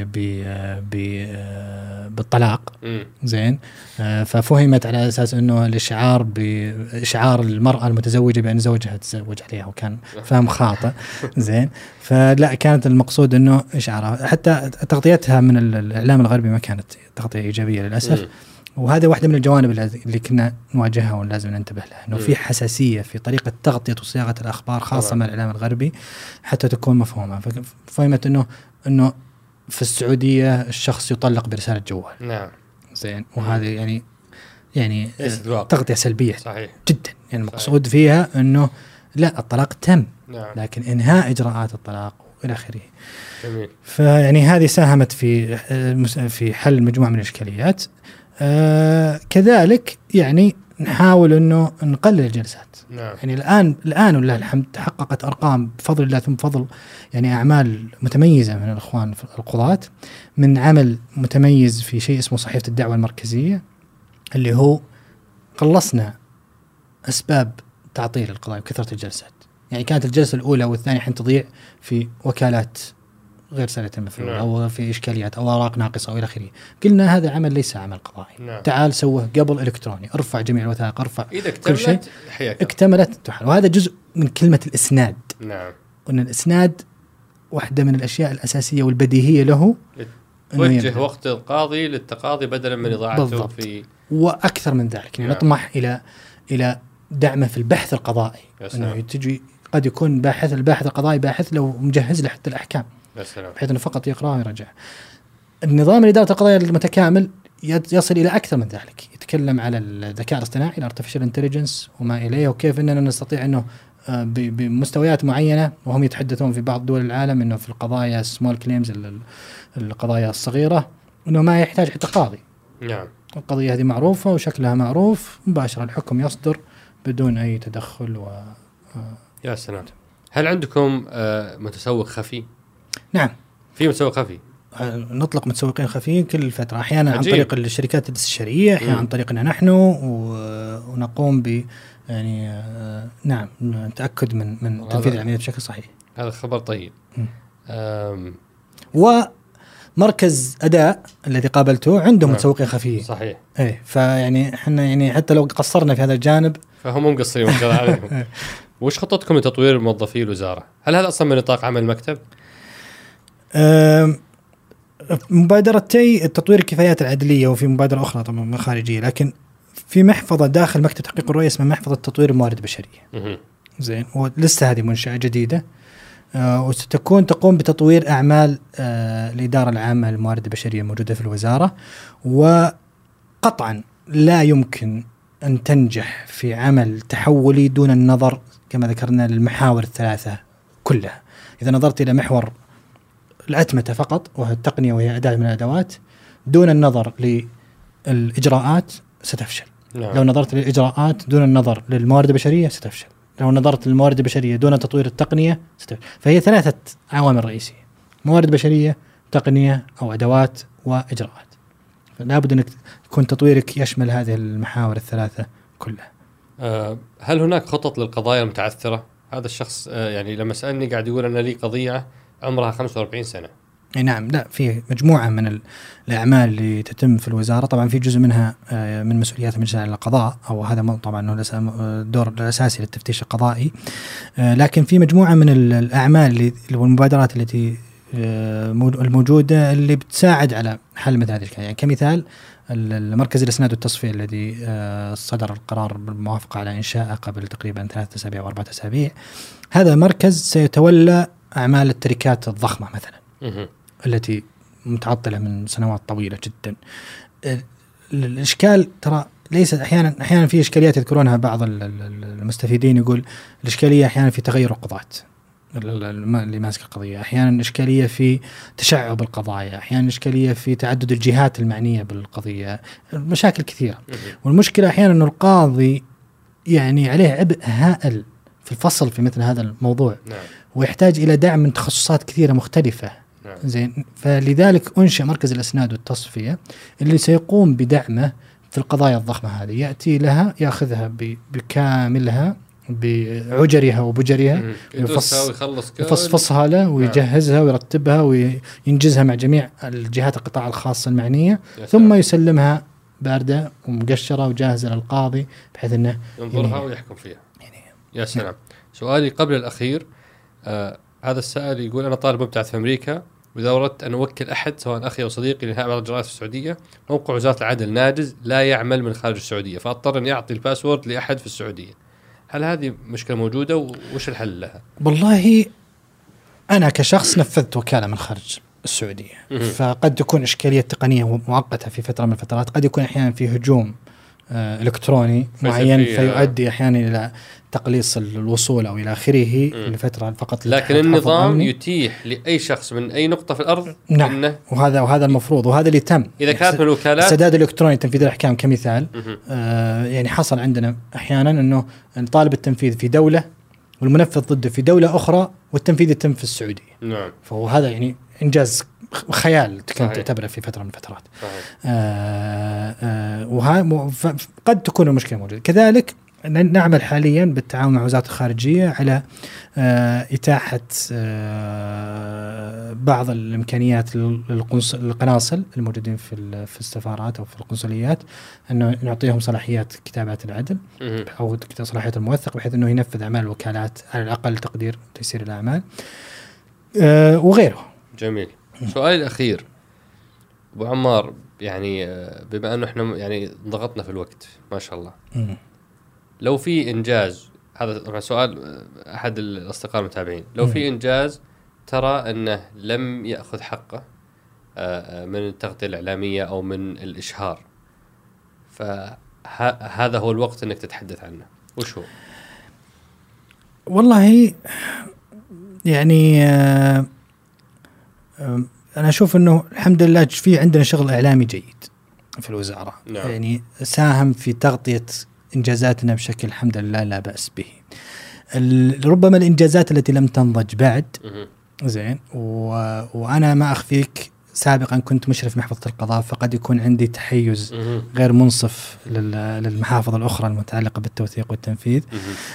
بالطلاق. زين، ففهمت على أساس أنه الإشعار بإشعار المرأة المتزوجة بأن زوجها تزوج عليها، وكان فهم خاطئ. زين، فلا، كانت المقصود أنه إشعارها، حتى تغطيتها من الإعلام الغربي ما كانت تغطية إيجابية للأسف. وهذا واحدة من الجوانب اللي كنا نواجهها ولازم ننتبه لها، انه في حساسية في طريقة تغطية وصياغة الأخبار خاصة مع الإعلام الغربي حتى تكون مفهومة. ففهمت انه في السعودية الشخص يطلق برسالة جوال. نعم. زين، وهذا يعني تغطية سلبية. صحيح. جدا. يعني المقصود فيها انه لا، الطلاق تم. نعم. لكن انهاء اجراءات الطلاق والى اخره. جميل. فيعني هذه ساهمت في حل مجموعة من الإشكاليات. كذلك يعني نحاول انه نقلل الجلسات. نعم. يعني الان ولله الحمد تحققت ارقام بفضل الله ثم بفضل يعني اعمال متميزه من الاخوان القضاة، من عمل متميز في شيء اسمه صحيفه الدعوه المركزيه، اللي هو قلصنا اسباب تعطيل القضايا وكثره الجلسات. يعني كانت الجلسه الاولى والثانيه حين تضيع في وكالات غير سهلة المفعول. نعم. أو في إشكاليات أو أوراق ناقصة أو إلى آخره. قلنا هذا عمل ليس عمل قضائي. نعم. تعال سوه قبل إلكتروني، ارفع جميع الوثائق، ارفع كل شيء. اكتملت تحل. وهذا جزء من كلمة الإسناد. نعم. وأن الإسناد واحدة من الأشياء الأساسية والبديهية له، توجه وقت القاضي للتقاضي بدلا من إضاعته. بالضبط. في وأكثر من ذلك. يعني نطمح إلى دعمه في البحث القضائي. أنه تجي قد يكون الباحث القضائي باحث لو مجهز له حتى الأحكام، بحيث أنه فقط يقرأ ويرجع. النظام الإدارة القضائية المتكامل يصل إلى أكثر من ذلك، يتكلم على الذكاء الاصطناعي، الارتفيشال انتليجنس وما إليه، وكيف أننا نستطيع أنه بمستويات معينة، وهم يتحدثون في بعض دول العالم أنه في القضايا سمول كليمز، القضايا الصغيرة، أنه ما يحتاج حتى قاضي. نعم. القضية هذه معروفة وشكلها معروف، مباشرة الحكم يصدر بدون أي تدخل. يا سلام. هل عندكم متسوق خفي؟ نعم، في متسوق خفي. نطلق متسوقين خفيين كل فترة، أحيانا عن طريق الشركات الاستشارية، أحيانا عن طريقنا نحن، ونقوم ب يعني نعم نتأكد من تنفيذ العمليات بشكل صحيح. هذا خبر طيب. ومركز أداء الذي قابلته عندهم متسوقين خفيين. صحيح. إيه، فيعني احنا يعني حتى لو قصرنا في هذا الجانب فهم مقصرين عليهم. وش خطتكم لتطوير موظفي الوزارة؟ هل هذا أصلا من نطاق عمل المكتب؟ مبادرتي تطوير الكفايات العدلية، وفي مبادرة أخرى طبعا خارجية، لكن في محفظة داخل مكتب تحقيق الرؤية اسمها محفظة تطوير الموارد البشرية. زين، ولسه هذه منشأة جديدة، تقوم بتطوير أعمال الإدارة العامة للموارد البشرية الموجودة في الوزارة. وقطعا لا يمكن أن تنجح في عمل تحولي دون النظر كما ذكرنا للمحاور الثلاثة كلها. إذا نظرت إلى محور الأتمتة فقط، وهي التقنية وهي أداة من الأدوات، دون النظر للإجراءات ستفشل. نعم. لو نظرت للإجراءات دون النظر للموارد البشرية ستفشل. لو نظرت للموارد البشرية دون تطوير التقنية ستفشل. فهي ثلاثة عوامل رئيسية: موارد بشرية، تقنية أو أدوات، وإجراءات. فلا بد أن يكون تطويرك يشمل هذه المحاور الثلاثة كلها. هل هناك خطط للقضايا المتعثرة؟ هذا الشخص يعني لما سألني قاعد يقول أن لي قضية عمرها 45 سنة. نعم، لا، في مجموعة من الأعمال اللي تتم في الوزارة. طبعا في جزء منها من مسؤوليات مجلس القضاء، أو هذا طبعا الدور الأساسي للتفتيش القضائي، لكن في مجموعة من الأعمال والمبادرات التي الموجودة اللي بتساعد على حل مثل هذه الأشياء. يعني كمثال المركز الإسناد والتصفية الذي صدر القرار بالموافقة على إنشاءه قبل تقريبا 3 أسابيع أو 4 أسابيع. هذا مركز سيتولى أعمال التركات الضخمة مثلا التي متعطلة من سنوات طويلة جدا. الإشكال ترى ليس أحيانا في إشكاليات يذكرونها بعض المستفيدين، يقول الإشكالية أحيانا في تغير القضاة اللي ماسك القضية، أحيانا إشكالية في تشعب القضايا، أحيانا إشكالية في تعدد الجهات المعنية بالقضية، مشاكل كثيرة. والمشكلة أحيانا أنه القاضي يعني عليه عبء هائل في الفصل في مثل هذا الموضوع، ويحتاج إلى دعم من تخصصات كثيرة مختلفة. زين، فلذلك أنشأ مركز الإسناد والتصفية اللي سيقوم بدعمه في القضايا الضخمة هذه، يأتي لها يأخذها بكاملها بعجرها وبجرها، يفصفصها له ويجهزها ويرتبها وينجزها مع جميع الجهات القطاع الخاص المعنية، ثم يسلمها باردة ومقشرة وجاهزة للقاضي بحيث أنه ينظرها ويحكم فيها. يا سلام. سؤالي قبل الأخير، هذا السائل يقول أنا طالب مبتعث في أمريكا، وإذا أردت أن أوكل أحد سواء أخي أو صديقي لإنهاء بعض الإجراءات في السعودية، موقع وزارة العدل ناجز لا يعمل من خارج السعودية، فأضطر أن يعطي الباسورد لأحد في السعودية. هل هذه مشكلة موجودة وش الحل لها؟ والله أنا كشخص نفذت وكالة من خارج السعودية، فقد تكون إشكالية تقنية مؤقتة في فترة من الفترات، قد يكون أحيانا في هجوم إلكتروني معين فيؤدي أحيانا إلى تقليص الوصول أو إلى آخره لفترة فقط. لكن النظام يتيح لأي شخص من أي نقطة في الأرض. نعم، وهذا المفروض، وهذا اللي تم. إذا كانت من الوكالات السداد الإلكتروني تنفيذ الأحكام كمثال، يعني حصل عندنا أحيانا أنه طالب التنفيذ في دولة والمنفذ ضده في دولة أخرى والتنفيذ يتم في السعودية. نعم. فهو هذا يعني إنجاز خيال كانت تعتبره في فترة من الفترات. قد تكون المشكلة موجودة. كذلك نعمل حاليا بالتعاون مع وزارة الخارجية على إتاحة بعض الإمكانيات للقناصل الموجودين في السفارات أو في القنصليات، أنه نعطيهم صلاحيات كتابات العدل أو صلاحيات الموثق بحيث أنه ينفذ أعمال الوكالات على الأقل تقدير تيسير الأعمال وغيره. جميل. سؤالي الأخير أبو عمار، يعني بما أنه إحنا يعني ضغطنا في الوقت ما شاء الله، لو في إنجاز، هذا سؤال أحد الأصدقاء المتابعين، لو في إنجاز ترى أنه لم يأخذ حقه من التغطية الإعلامية أو من الإشهار، فهذا هو الوقت أنك تتحدث عنه، وش هو؟ والله يعني أنا أشوف أنه الحمد لله في عندنا شغل إعلامي جيد في الوزارة. نعم. يعني ساهم في تغطية إنجازاتنا بشكل الحمد لله لا بأس به. ربما الإنجازات التي لم تنضج بعد زين، وأنا ما أخفيك سابقا كنت مشرف محفظة القضاء، فقد يكون عندي تحيز غير منصف للمحافظ الأخرى المتعلقة بالتوثيق والتنفيذ.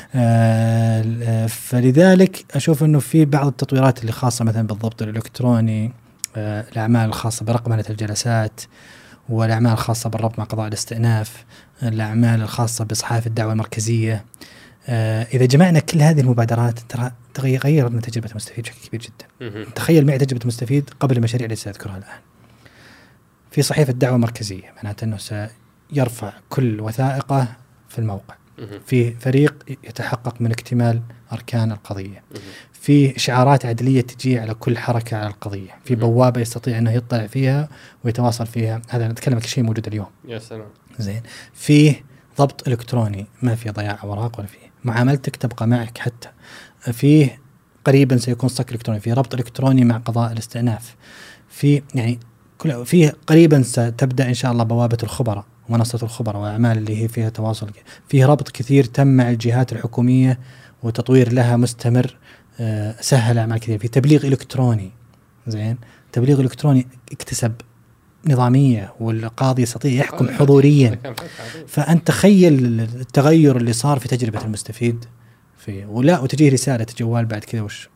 فلذلك أشوف أنه في بعض التطويرات اللي خاصة مثلا بالضبط الإلكتروني، الأعمال الخاصة برقمنة الجلسات، والأعمال الخاصة بالربط مع قضاء الاستئناف، الأعمال الخاصة بصحائف الدعوة المركزية، إذا جمعنا كل هذه المبادرات ترى غيرنا تجربة المستفيد بشكل كبير جدا. تخيل معي تجربة المستفيد قبل المشاريع اللي سأذكرها الآن. في صحيفة الدعوة المركزية معناته أنه سيرفع كل وثائقه في الموقع، في فريق يتحقق من اكتمال أركان القضية، في إشعارات عدلية تجي على كل حركة على القضية، في بوابة يستطيع أنه يطلع فيها ويتواصل فيها. هذا نتكلم كل شيء موجود اليوم. يا سلام. زين، فيه ضبط إلكتروني، ما في ضياع أوراق ولا فيه، معاملتك تبقى معك، حتى فيه قريبا سيكون صك إلكتروني، فيه ربط إلكتروني مع قضاء الاستئناف، في يعني فيه قريبا ستبدأ إن شاء الله بوابة الخبراء ومنصة الخبراء وأعمال اللي هي فيها تواصل، فيه ربط كثير تم مع الجهات الحكومية وتطوير لها مستمر، سهل أعمال كثير، في تبليغ إلكتروني. زين، تبليغ إلكتروني اكتسب نظامية والقاضي يستطيع يحكم حضوريا. فأنت تخيل التغير اللي صار في تجربة المستفيد فيه، وتجيه رسالة جوال بعد كذا وش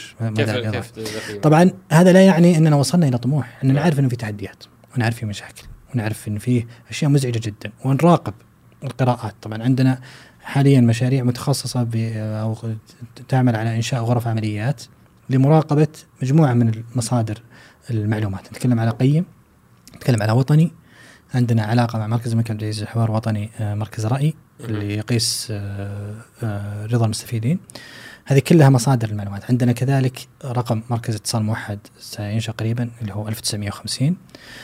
طبعا هذا لا يعني أننا وصلنا إلى طموح، أننا نعرف أنه في تحديات ونعرف في مشاكل ونعرف أن فيه أشياء مزعجة جدا، ونراقب القراءات. طبعا عندنا حاليا مشاريع متخصصة أو تعمل على إنشاء غرف عمليات لمراقبة مجموعة من المصادر المعلومات. نتكلم على قيم، نتكلم على وطني، عندنا علاقة مع مركز الملك عبد العزيز الحوار وطني، مركز رأي اللي يقيس رضا المستفيدين، هذه كلها مصادر المعلومات. عندنا كذلك رقم مركز اتصال موحد سينشأ قريبا اللي هو 1950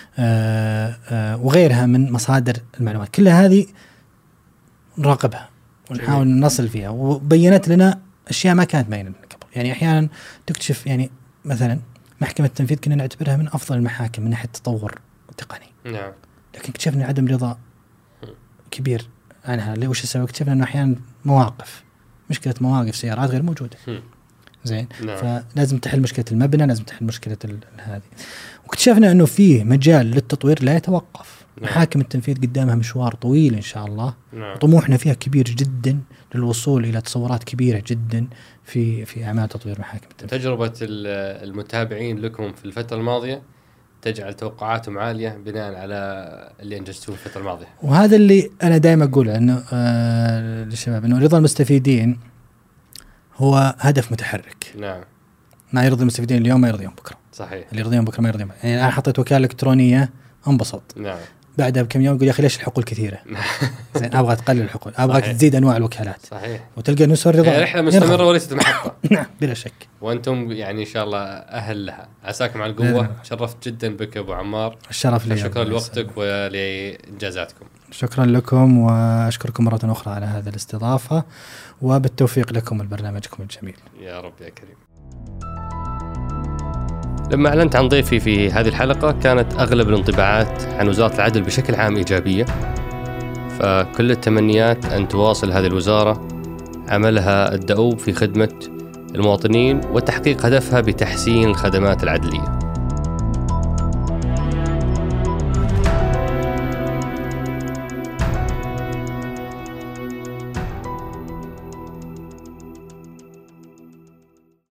وغيرها من مصادر المعلومات. كل هذه نراقبها ونحاول نصل فيها، وبينت لنا أشياء ما كانت باينة من قبل. يعني أحيانا تكتشف، يعني مثلا محكمة التنفيذ كنا نعتبرها من أفضل المحاكم من ناحية التطور التقني، نعم، لكن اكتشفنا عدم رضا كبير عنها. وش السبب؟ اكتشفنا أنه أحيانا مشكلة مواقف سيارات غير موجودة. زين. نعم. فلازم تحل مشكلة المبنى، لازم تحل مشكلة هذه. واكتشفنا أنه فيه مجال للتطوير لا يتوقف. نعم. محاكم التنفيذ قدامها مشوار طويل إن شاء الله. نعم. طموحنا فيها كبير جدا للوصول إلى تصورات كبيرة جدا في أعمال تطوير محاكم التنفيذ. تجربة المتابعين لكم في الفترة الماضية تجعل توقعاتهم عالية بناء على اللي أنجزتوه في الفترة الماضية. وهذا اللي أنا دائما أقوله إنه للشباب إنه رضا المستفيدين هو هدف متحرك. نعم. ما يرضي المستفيدين اليوم ما يرضيهم بكرة. صحيح. اللي يرضيهم بكرة ما يرضيهم. يعني أنا حطيت وكالة إلكترونية انبسط. نعم. بعدها بكم يوم يقول يا أخي ليش الحقول كثيرة؟ زين أبغى تقلل الحقول، أبغاك تزيد أنواع الوكالات. صحيح. وتلقى نسور رضا. رحلة مستمرة وليست محطة. نعم بلا شك. وأنتم يعني إن شاء الله أهل لها. عساكم على القوة. شرفت جدا بك أبو عمار. الشرف لي. شكرا لوقتك ولإنجازاتكم. شكرا لكم وأشكركم مرة أخرى على هذا الاستضافة، وبالتوفيق لكم البرنامجكم الجميل. يا رب يا كريم. لما أعلنت عن ضيفي في هذه الحلقة كانت أغلب الانطباعات عن وزارة العدل بشكل عام إيجابية، فكل التمنيات أن تواصل هذه الوزارة عملها الدؤوب في خدمة المواطنين وتحقيق هدفها بتحسين الخدمات العدلية.